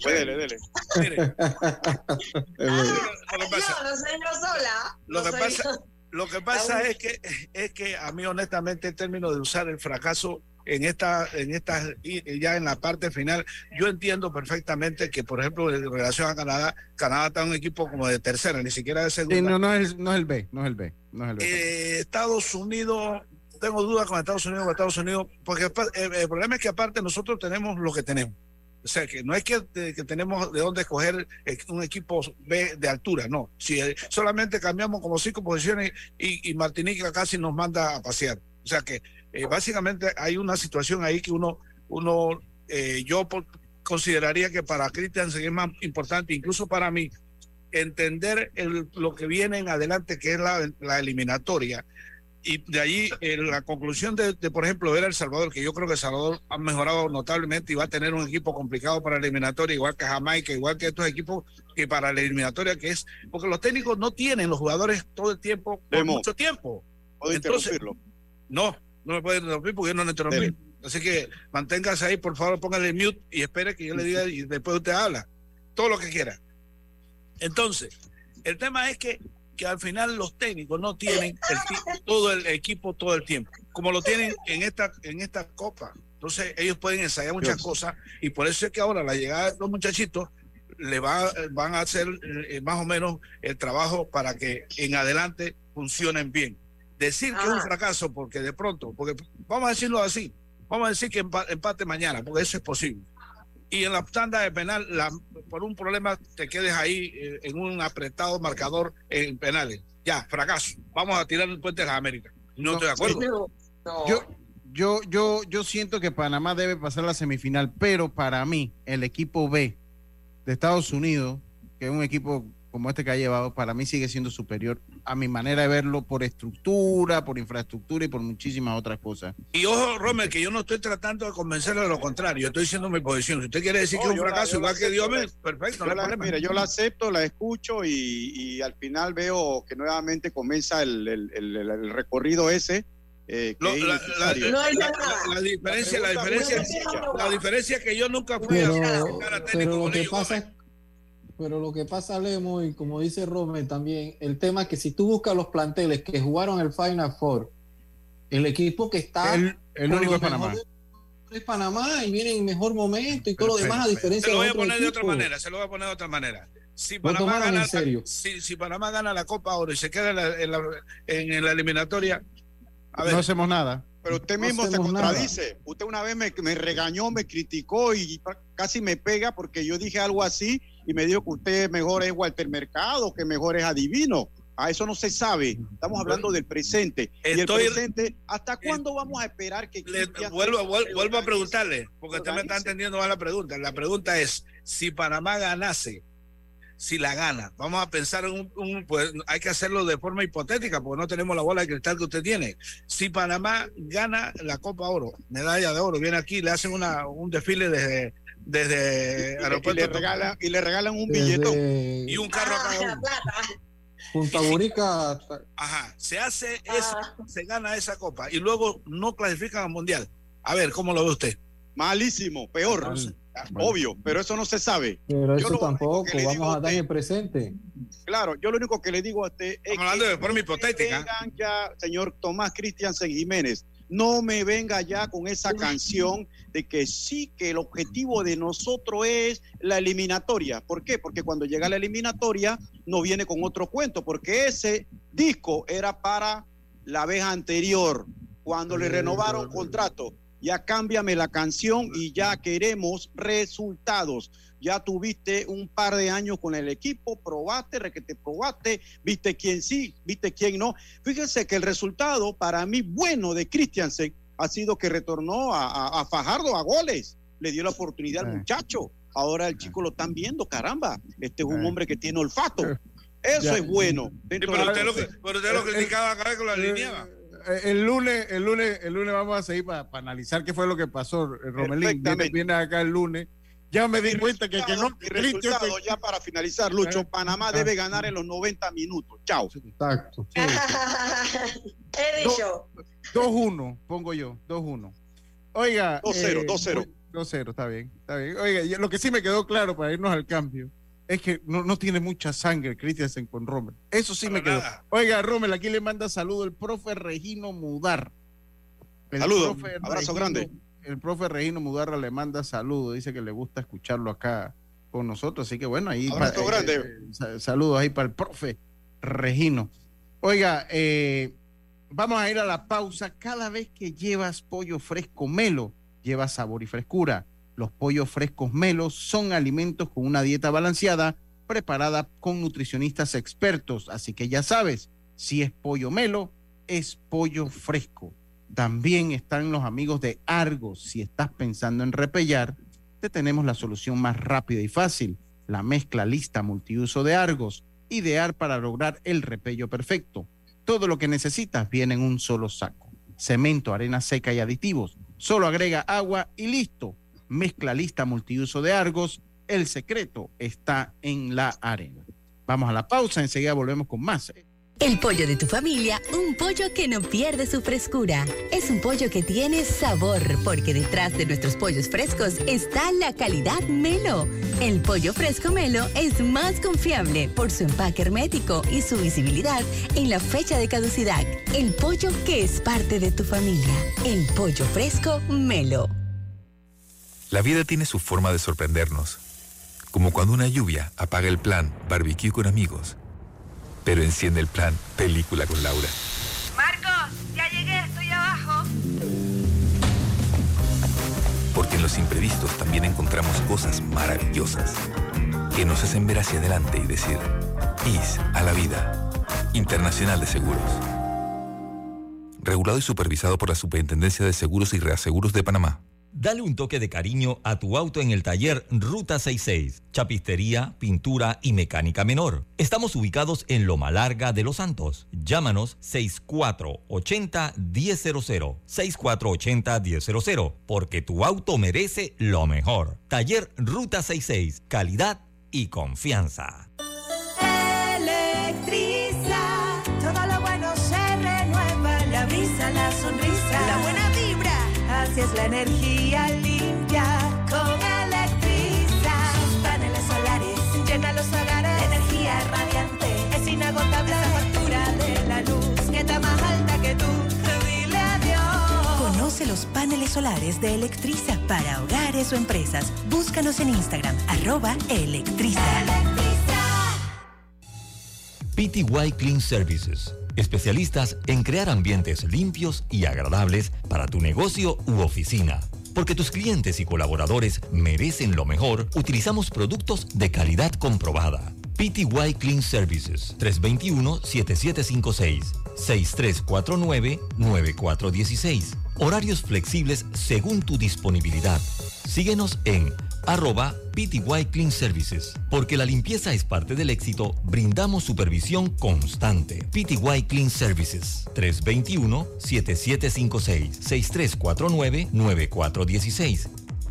Mire. Lo que pasa es que a mí honestamente el término de usar el fracaso en esta ya en la parte final, yo entiendo perfectamente que, por ejemplo, en relación a Canadá está en un equipo como de tercera, ni siquiera de segunda. Sí, no es el B. Estados Unidos, tengo dudas con Estados Unidos, porque el problema es que aparte nosotros tenemos lo que tenemos. O sea, que no es que tenemos de dónde escoger un equipo B de altura, no. Si solamente cambiamos como 5 posiciones y Martinica casi nos manda a pasear. O sea que básicamente hay una situación ahí que yo consideraría que para Christiansen es más importante, incluso para mí, entender lo que viene en adelante, que es la eliminatoria, Y de allí la conclusión de, por ejemplo, ver a El Salvador, que yo creo que El Salvador ha mejorado notablemente y va a tener un equipo complicado para la eliminatoria, igual que Jamaica, igual que estos equipos que para la eliminatoria, que es porque los técnicos no tienen los jugadores todo el tiempo, por mucho tiempo. ¿Puedo interrumpirlo? No me puede interrumpir porque yo no le interrumpí. Así que manténgase ahí, por favor, póngale mute y espere que yo le diga y después usted habla. Todo lo que quiera. Entonces, el tema es que al final los técnicos no tienen todo el equipo todo el tiempo, como lo tienen en esta copa. Entonces ellos pueden ensayar muchas cosas y por eso es que ahora la llegada de los muchachitos van a hacer más o menos el trabajo para que en adelante funcionen bien. Decir que es un fracaso porque de pronto, porque vamos a decirlo así, vamos a decir que empate mañana, porque eso es posible. Y en la tanda de penal, por un problema te quedes ahí en un apretado marcador en penales. Ya, fracaso. Vamos a tirar el puente de las Américas. No estoy de acuerdo. Yo siento que Panamá debe pasar la semifinal, pero para mí, el equipo B de Estados Unidos, que es un equipo como este que ha llevado, para mí sigue siendo superior a mi manera de verlo por estructura, por infraestructura y por muchísimas otras cosas. Y ojo, Rommel, que yo no estoy tratando de convencerle de lo contrario, yo estoy diciendo mi posición. Si usted quiere decir que es un fracaso, igual que Dios, perfecto, no hay problema. Mira, yo la acepto, la escucho y al final veo que nuevamente comienza el recorrido ese. La diferencia es que yo nunca fui a técnico con ellos. Pero lo que pasa, Lemo, y como dice Rommel también, el tema es que si tú buscas los planteles que jugaron el Final Four, el equipo que está el único es Panamá. Es Panamá y viene en mejor momento y todo lo demás, a diferencia de se lo voy a poner de otra manera. Si Panamá gana la Copa Oro y se queda en la eliminatoria, a ver, no hacemos nada. Pero usted mismo se contradice. Nada. Usted una vez me regañó, me criticó y casi me pega porque yo dije algo así y me dijo que usted mejor es Walter Mercado, que mejor es adivino. A eso no se sabe. Estamos hablando del presente. Y el presente, ¿hasta cuándo vamos a esperar que... Vuelvo a preguntarle, porque usted me está entendiendo mal la pregunta. La pregunta es, si Panamá ganase, si la gana, vamos a pensar en pues hay que hacerlo de forma hipotética porque no tenemos la bola de cristal que usted tiene. Si Panamá gana la Copa Oro, medalla de oro, viene aquí, le hacen un desfile desde aeropuerto y le regalan un billetón y un carro a cada uno. Punta Burica. Ajá, se hace eso, se gana esa copa y luego no clasifican al mundial. A ver, ¿cómo lo ve usted? Malísimo, peor. Obvio, pero eso no se sabe. Pero eso tampoco, vamos a dar el presente. Claro, yo lo único que le digo a usted es hablando de forma hipotética. Vengan ya, señor Tomás Christiansen Jiménez, no me venga ya con esa canción de que sí, que el objetivo de nosotros es la eliminatoria. ¿Por qué? Porque cuando llega la eliminatoria no viene con otro cuento, porque ese disco era para la vez anterior, cuando le renovaron contrato. Ya cámbiame la canción y ya queremos resultados. Ya tuviste un par de años con el equipo, probaste, probaste, viste quién sí, viste quién no. Fíjense que el resultado para mí bueno de Christiansen ha sido que retornó a Fajardo a goles. Le dio la oportunidad al muchacho. Ahora el chico lo están viendo, caramba. Este es un hombre que tiene olfato. Eso es bueno. Pero usted lo criticaba cada vez con la lineaba. El lunes vamos a seguir para analizar qué fue lo que pasó. Romelín viene acá el lunes. Ya me di cuenta que no. El resultado, ya para finalizar, Lucho, Panamá debe ganar en los 90 minutos. Chao. Exacto. He dicho. 2-1, pongo yo, 2-1. Oiga. 2-0. 2-0, está bien. Oiga, lo que sí me quedó claro para irnos al cambio es que no tiene mucha sangre Christiansen con Rommel. Eso sí me quedó. Oiga, Rommel, aquí le manda saludo el profe Regino Mudar. Saludos, abrazo grande. El profe Regino Mudarra le manda saludos, dice que le gusta escucharlo acá con nosotros, así que bueno, ahí abrazo grande. Saludos ahí para el profe Regino. Oiga, vamos a ir a la pausa. Cada vez que llevas pollo fresco Melo, lleva sabor y frescura. Los pollos frescos Melo son alimentos con una dieta balanceada, preparada con nutricionistas expertos. Así que ya sabes, si es pollo Melo, es pollo fresco. También están los amigos de Argos. Si estás pensando en repellar, te tenemos la solución más rápida y fácil. La mezcla lista multiuso de Argos, ideal para lograr el repello perfecto. Todo lo que necesitas viene en un solo saco. Cemento, arena seca y aditivos. Solo agrega agua y listo. Mezcla lista multiuso de Argos. El secreto está en la arena. Vamos a la pausa, enseguida volvemos con más. El pollo de tu familia, un pollo que no pierde su frescura. Es un pollo que tiene sabor, porque detrás de nuestros pollos frescos está la calidad Melo. El pollo fresco Melo es más confiable por su empaque hermético y su visibilidad en la fecha de caducidad. El pollo que es parte de tu familia. El pollo fresco Melo. La vida tiene su forma de sorprendernos. Como cuando una lluvia apaga el plan barbecue con amigos, pero enciende el plan película con Laura. Marcos, ya llegué, estoy abajo. Porque en los imprevistos también encontramos cosas maravillosas que nos hacen ver hacia adelante y decir, IS a la vida. Internacional de Seguros. Regulado y supervisado por la Superintendencia de Seguros y Reaseguros de Panamá. Dale un toque de cariño a tu auto en el taller Ruta 66. Chapistería, pintura y mecánica menor. Estamos ubicados en Loma Larga de Los Santos. Llámanos 6480-1000. 6480-1000. Porque tu auto merece lo mejor. Taller Ruta 66. Calidad y confianza. Electriza, todo lo bueno se renueva. La brisa, la sonrisa, la buena vibra. Así es la energía limpia con Electriza. Sus paneles solares llenan los hogares. Energía radiante, es inagotable. Esa factura de la luz que está más alta que tú. Dile adiós. Conoce los paneles solares de Electriza para hogares o empresas. Búscanos en Instagram, @Electriza. PTY Clean Services. Especialistas en crear ambientes limpios y agradables para tu negocio u oficina. Porque tus clientes y colaboradores merecen lo mejor, utilizamos productos de calidad comprobada. PTY Clean Services, 321-7756, 6349-9416. Horarios flexibles según tu disponibilidad. Síguenos en @PTY Clean Services. Porque la limpieza es parte del éxito, brindamos supervisión constante. PTY Clean Services, 321-7756, 6349-9416.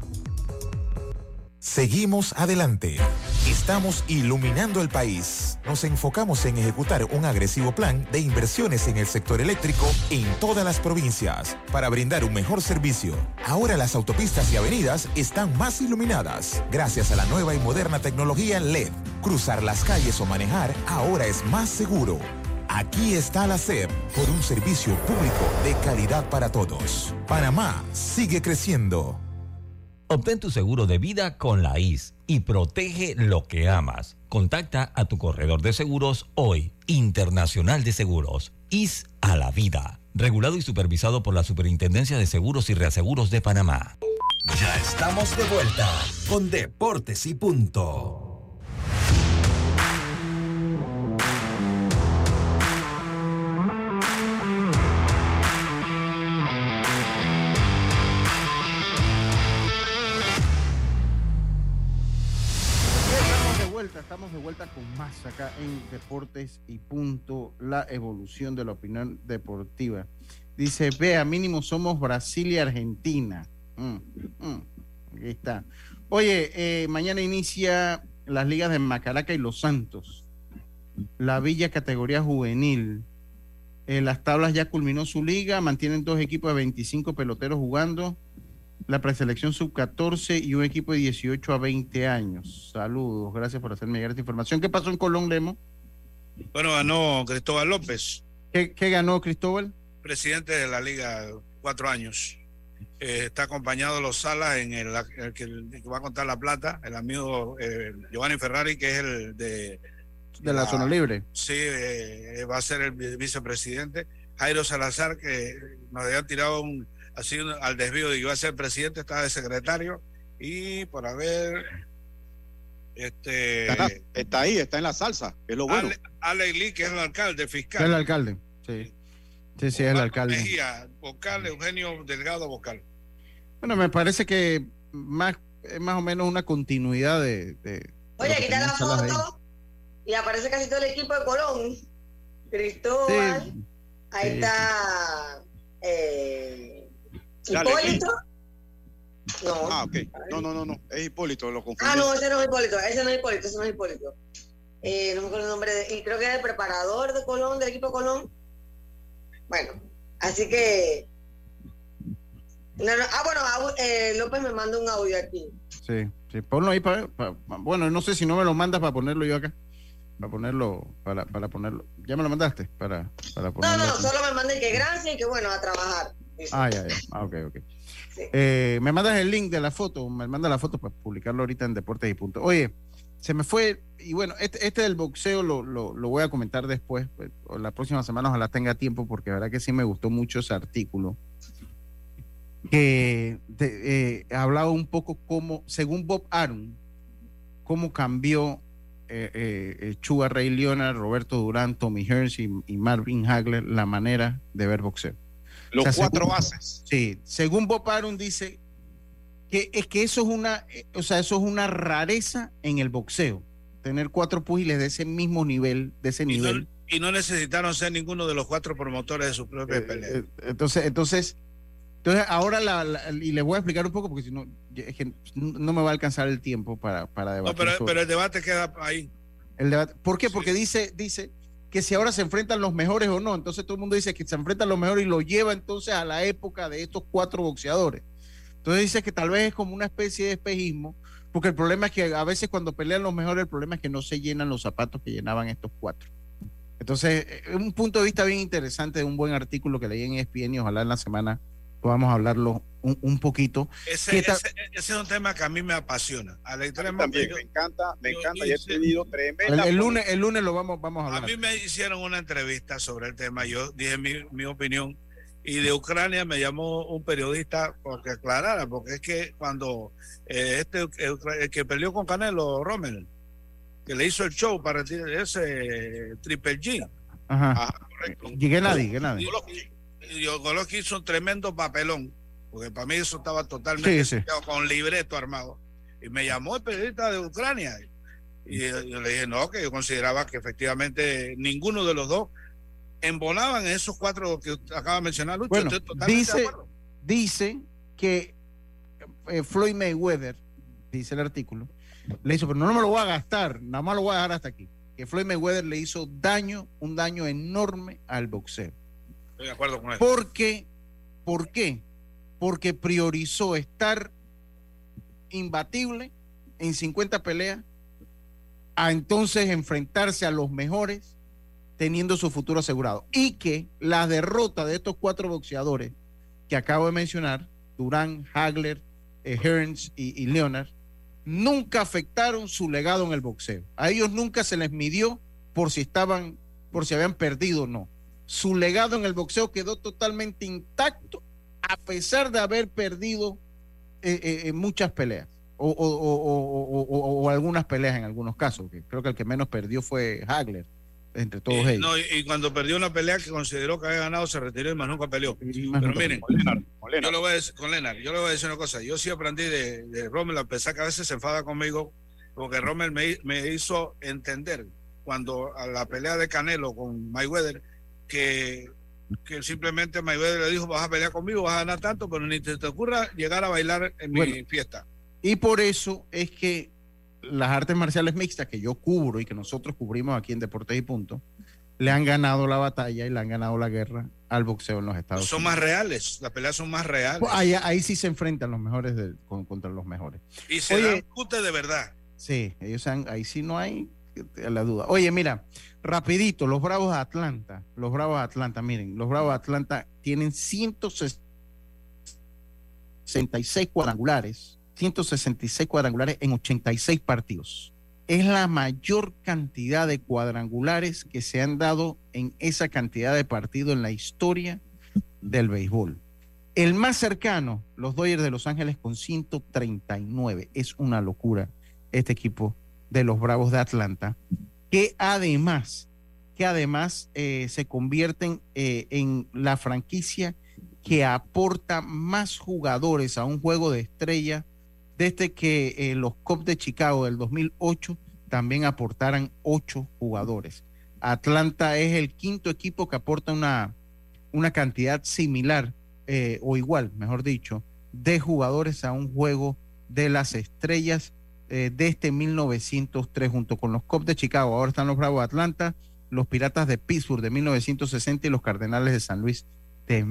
Seguimos adelante. Estamos iluminando el país. Nos enfocamos en ejecutar un agresivo plan de inversiones en el sector eléctrico en todas las provincias para brindar un mejor servicio. Ahora las autopistas y avenidas están más iluminadas gracias a la nueva y moderna tecnología LED. Cruzar las calles o manejar ahora es más seguro. Aquí está la SEP por un servicio público de calidad para todos. Panamá sigue creciendo. Obtén tu seguro de vida con la IS y protege lo que amas. Contacta a tu corredor de seguros hoy. Internacional de Seguros. IS a la vida. Regulado y supervisado por la Superintendencia de Seguros y Reaseguros de Panamá. Ya estamos de vuelta con Deportes y Punto. Estamos de vuelta con más acá en Deportes y Punto, la evolución de la opinión deportiva. Dice, vea, mínimo somos Brasil y Argentina. Aquí está. Oye, mañana inicia las ligas de Macaraca y Los Santos. La Villa categoría juvenil. Las tablas ya culminó su liga, mantienen 2 equipos de 25 peloteros jugando. La preselección sub-14 y un equipo de 18 a 20 años. Saludos, gracias por hacerme llegar esta información. ¿Qué pasó en Colón, Lemo? Bueno, ganó Cristóbal López. ¿Qué ganó Cristóbal? Presidente de la liga, 4 años. Está acompañado de los Salas en el que va a contar la plata, el amigo Giovanni Ferrari, que es el de la zona libre. Sí, va a ser el vicepresidente. Jairo Salazar, que nos había tirado así al desvío de que iba a ser presidente, estaba de secretario, y por haber está ahí, está en la salsa, es lo bueno. Alex Lee, que es el alcalde fiscal. Es el alcalde, sí, es el alcalde. Mejía, vocal, Eugenio Delgado, vocal. Bueno, me parece que es más o menos una continuidad de Oye, aquí está la foto y aparece casi todo el equipo de Colón. Cristóbal, Sí. ahí Sí. está Dale, Hipólito. No. Ah, ok. No. Es Hipólito, lo confundí. Ah, no, ese no es Hipólito, ese no es Hipólito. No me acuerdo el nombre, y creo que es el preparador de Colón, del equipo Colón. Bueno, así que... López me manda un audio aquí. Sí, ponlo ahí bueno, no sé si no me lo mandas para ponerlo yo acá. Para ponerlo. ¿Ya me lo mandaste? Para ponerlo. No, aquí. solo me manda que gracias y que bueno, a trabajar. Dice. Ya. Ok. Sí. Me mandas el link de la foto, me manda la foto para publicarlo ahorita en Deportes y Punto. Oye, se me fue, y bueno, este del boxeo lo voy a comentar después, pues, o la próxima semana ojalá tenga tiempo, porque la verdad que sí me gustó mucho ese artículo, que hablaba un poco cómo, según Bob Arum, cómo cambió Sugar Ray Leonard, Roberto Durán, Tommy Hearns y Marvin Hagler la manera de ver boxeo. Los 4 bases. Sí, según Bob Arum dice que eso es una rareza en el boxeo, tener 4 púgiles de ese mismo nivel, Y no necesitaron ser ninguno de los 4 promotores de su propia pelea. Entonces ahora y les voy a explicar un poco porque si no, es que no me va a alcanzar el tiempo para debatir. No, pero el debate queda ahí. El debate, ¿por qué? Porque dice que si ahora se enfrentan los mejores o no, entonces todo el mundo dice que se enfrentan los mejores y lo lleva entonces a la época de estos 4 boxeadores. Entonces dice que tal vez es como una especie de espejismo, porque el problema es que a veces cuando pelean los mejores, el problema es que no se llenan los zapatos que llenaban estos 4. Entonces, es un punto de vista bien interesante de un buen artículo que leí en ESPN y ojalá en la semana podamos hablarlo un poquito. Ese es un tema que a mí me apasiona. A la también, me encanta y he tenido tremenda... El lunes lo vamos a hablar. A mí me hicieron una entrevista sobre el tema, yo dije mi opinión, y de Ucrania me llamó un periodista porque aclarara, porque es que cuando el que peleó con Canelo, Rommel, que le hizo el show para ese Triple G. Ajá. Correcto. Gennady. Y Golovkin hizo un tremendo papelón, porque para mí eso estaba totalmente con libreto armado. Y me llamó el periodista de Ucrania. Y yo le dije, no, que yo consideraba que efectivamente ninguno de los dos embonaban en esos 4 que acaba de mencionar, Lucho. Bueno, Totalmente dice que Floyd Mayweather, dice el artículo, le hizo, pero no me lo voy a gastar, nada más lo voy a dejar hasta aquí. Que Floyd Mayweather le hizo un daño enorme al boxeo. Estoy de acuerdo con eso. ¿Por qué? Porque priorizó estar imbatible en 50 peleas a entonces enfrentarse a los mejores teniendo su futuro asegurado. Y que la derrota de estos 4 boxeadores que acabo de mencionar, Durán, Hagler, Hearns y Leonard, nunca afectaron su legado en el boxeo. A ellos nunca se les midió por si habían perdido o no. Su legado en el boxeo quedó totalmente intacto a pesar de haber perdido muchas peleas o algunas peleas en algunos casos. Que creo que el que menos perdió fue Hagler entre todos ellos. No, y cuando perdió una pelea que consideró que había ganado, se retiró y más nunca peleó. Pero miren, yo le voy a decir, con Lennart, yo le voy a decir una cosa. Yo sí aprendí de Rommel, a pesar que a veces se enfada conmigo, porque Rommel me hizo entender cuando a la pelea de Canelo con Mayweather, que simplemente Mayweather le dijo, vas a pelear conmigo, vas a ganar tanto, pero ni te ocurra llegar a bailar en mi fiesta. Y por eso es que las artes marciales mixtas que yo cubro y que nosotros cubrimos aquí en Deportes y Punto, le han ganado la batalla y le han ganado la guerra al boxeo en los Estados Unidos. Son más reales, las peleas son más reales. Pues ahí sí se enfrentan los mejores contra los mejores. Y se dan pute de verdad. Sí, ahí sí no hay la duda. Oye, mira, rapidito, los Bravos de Atlanta, miren, los Bravos de Atlanta tienen 166 cuadrangulares en 86 partidos. Es la mayor cantidad de cuadrangulares que se han dado en esa cantidad de partidos en la historia del béisbol. El más cercano, los Dodgers de Los Ángeles con 139. Es una locura este equipo de los Bravos de Atlanta, que además se convierten en la franquicia que aporta más jugadores a un juego de estrella desde que los Cubs de Chicago del 2008 también aportaran 8 jugadores Atlanta es el quinto equipo que aporta una cantidad similar o igual, mejor dicho, de jugadores a un juego de las estrellas desde 1903, junto con los Cubs de Chicago. Ahora están los Bravos de Atlanta, los Piratas de Pittsburgh de 1960 y los Cardenales de San Luis de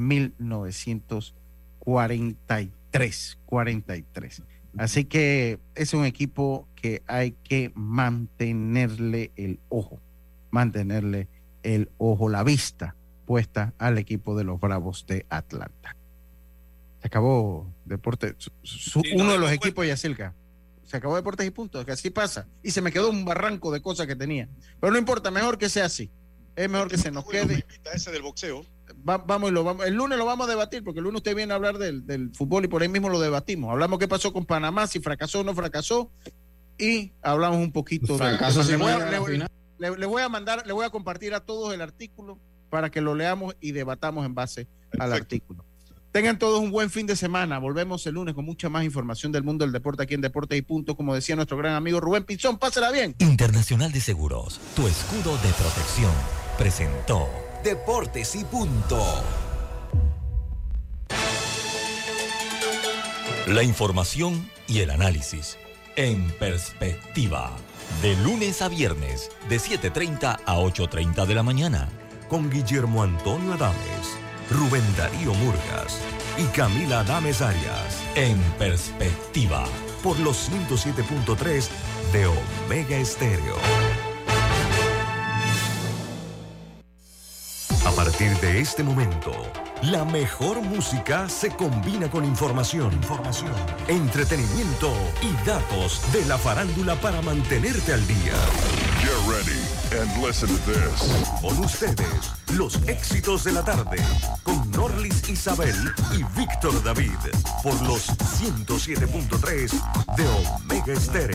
1943. Así que es un equipo que hay que mantenerle el ojo, la vista puesta al equipo de los Bravos de Atlanta. Se acabó Deporte, uno de los equipos de Yacilca. Se acabó Deportes y Puntos, que así pasa. Y se me quedó un barranco de cosas que tenía. Pero no importa, mejor que sea así. Es mejor que se nos quede. Ese del boxeo. Vamos. El lunes lo vamos a debatir, porque el lunes usted viene a hablar del fútbol y por ahí mismo lo debatimos. Hablamos qué pasó con Panamá, si fracasó o no fracasó, y hablamos un poquito le voy a compartir a todos el artículo para que lo leamos y debatamos en base al artículo. Tengan todos un buen fin de semana. Volvemos el lunes con mucha más información del mundo del deporte aquí en Deportes y Punto, como decía nuestro gran amigo Rubén Pinzón. Pásela bien. Internacional de Seguros, tu escudo de protección, presentó Deportes y Punto. La información y el análisis en perspectiva, de lunes a viernes, de 7:30 a 8:30 de la mañana, con Guillermo Antonio Adames, Rubén Darío Murgas y Camila Adames Arias. En perspectiva, por los 107.3 de Omega Estéreo. A partir de este momento, la mejor música se combina con información, entretenimiento y datos de la farándula para mantenerte al día. Get ready and listen to this. Con ustedes, los éxitos de la tarde, con Norlis Isabel y Víctor David, por los 107.3 de Omega Estéreo.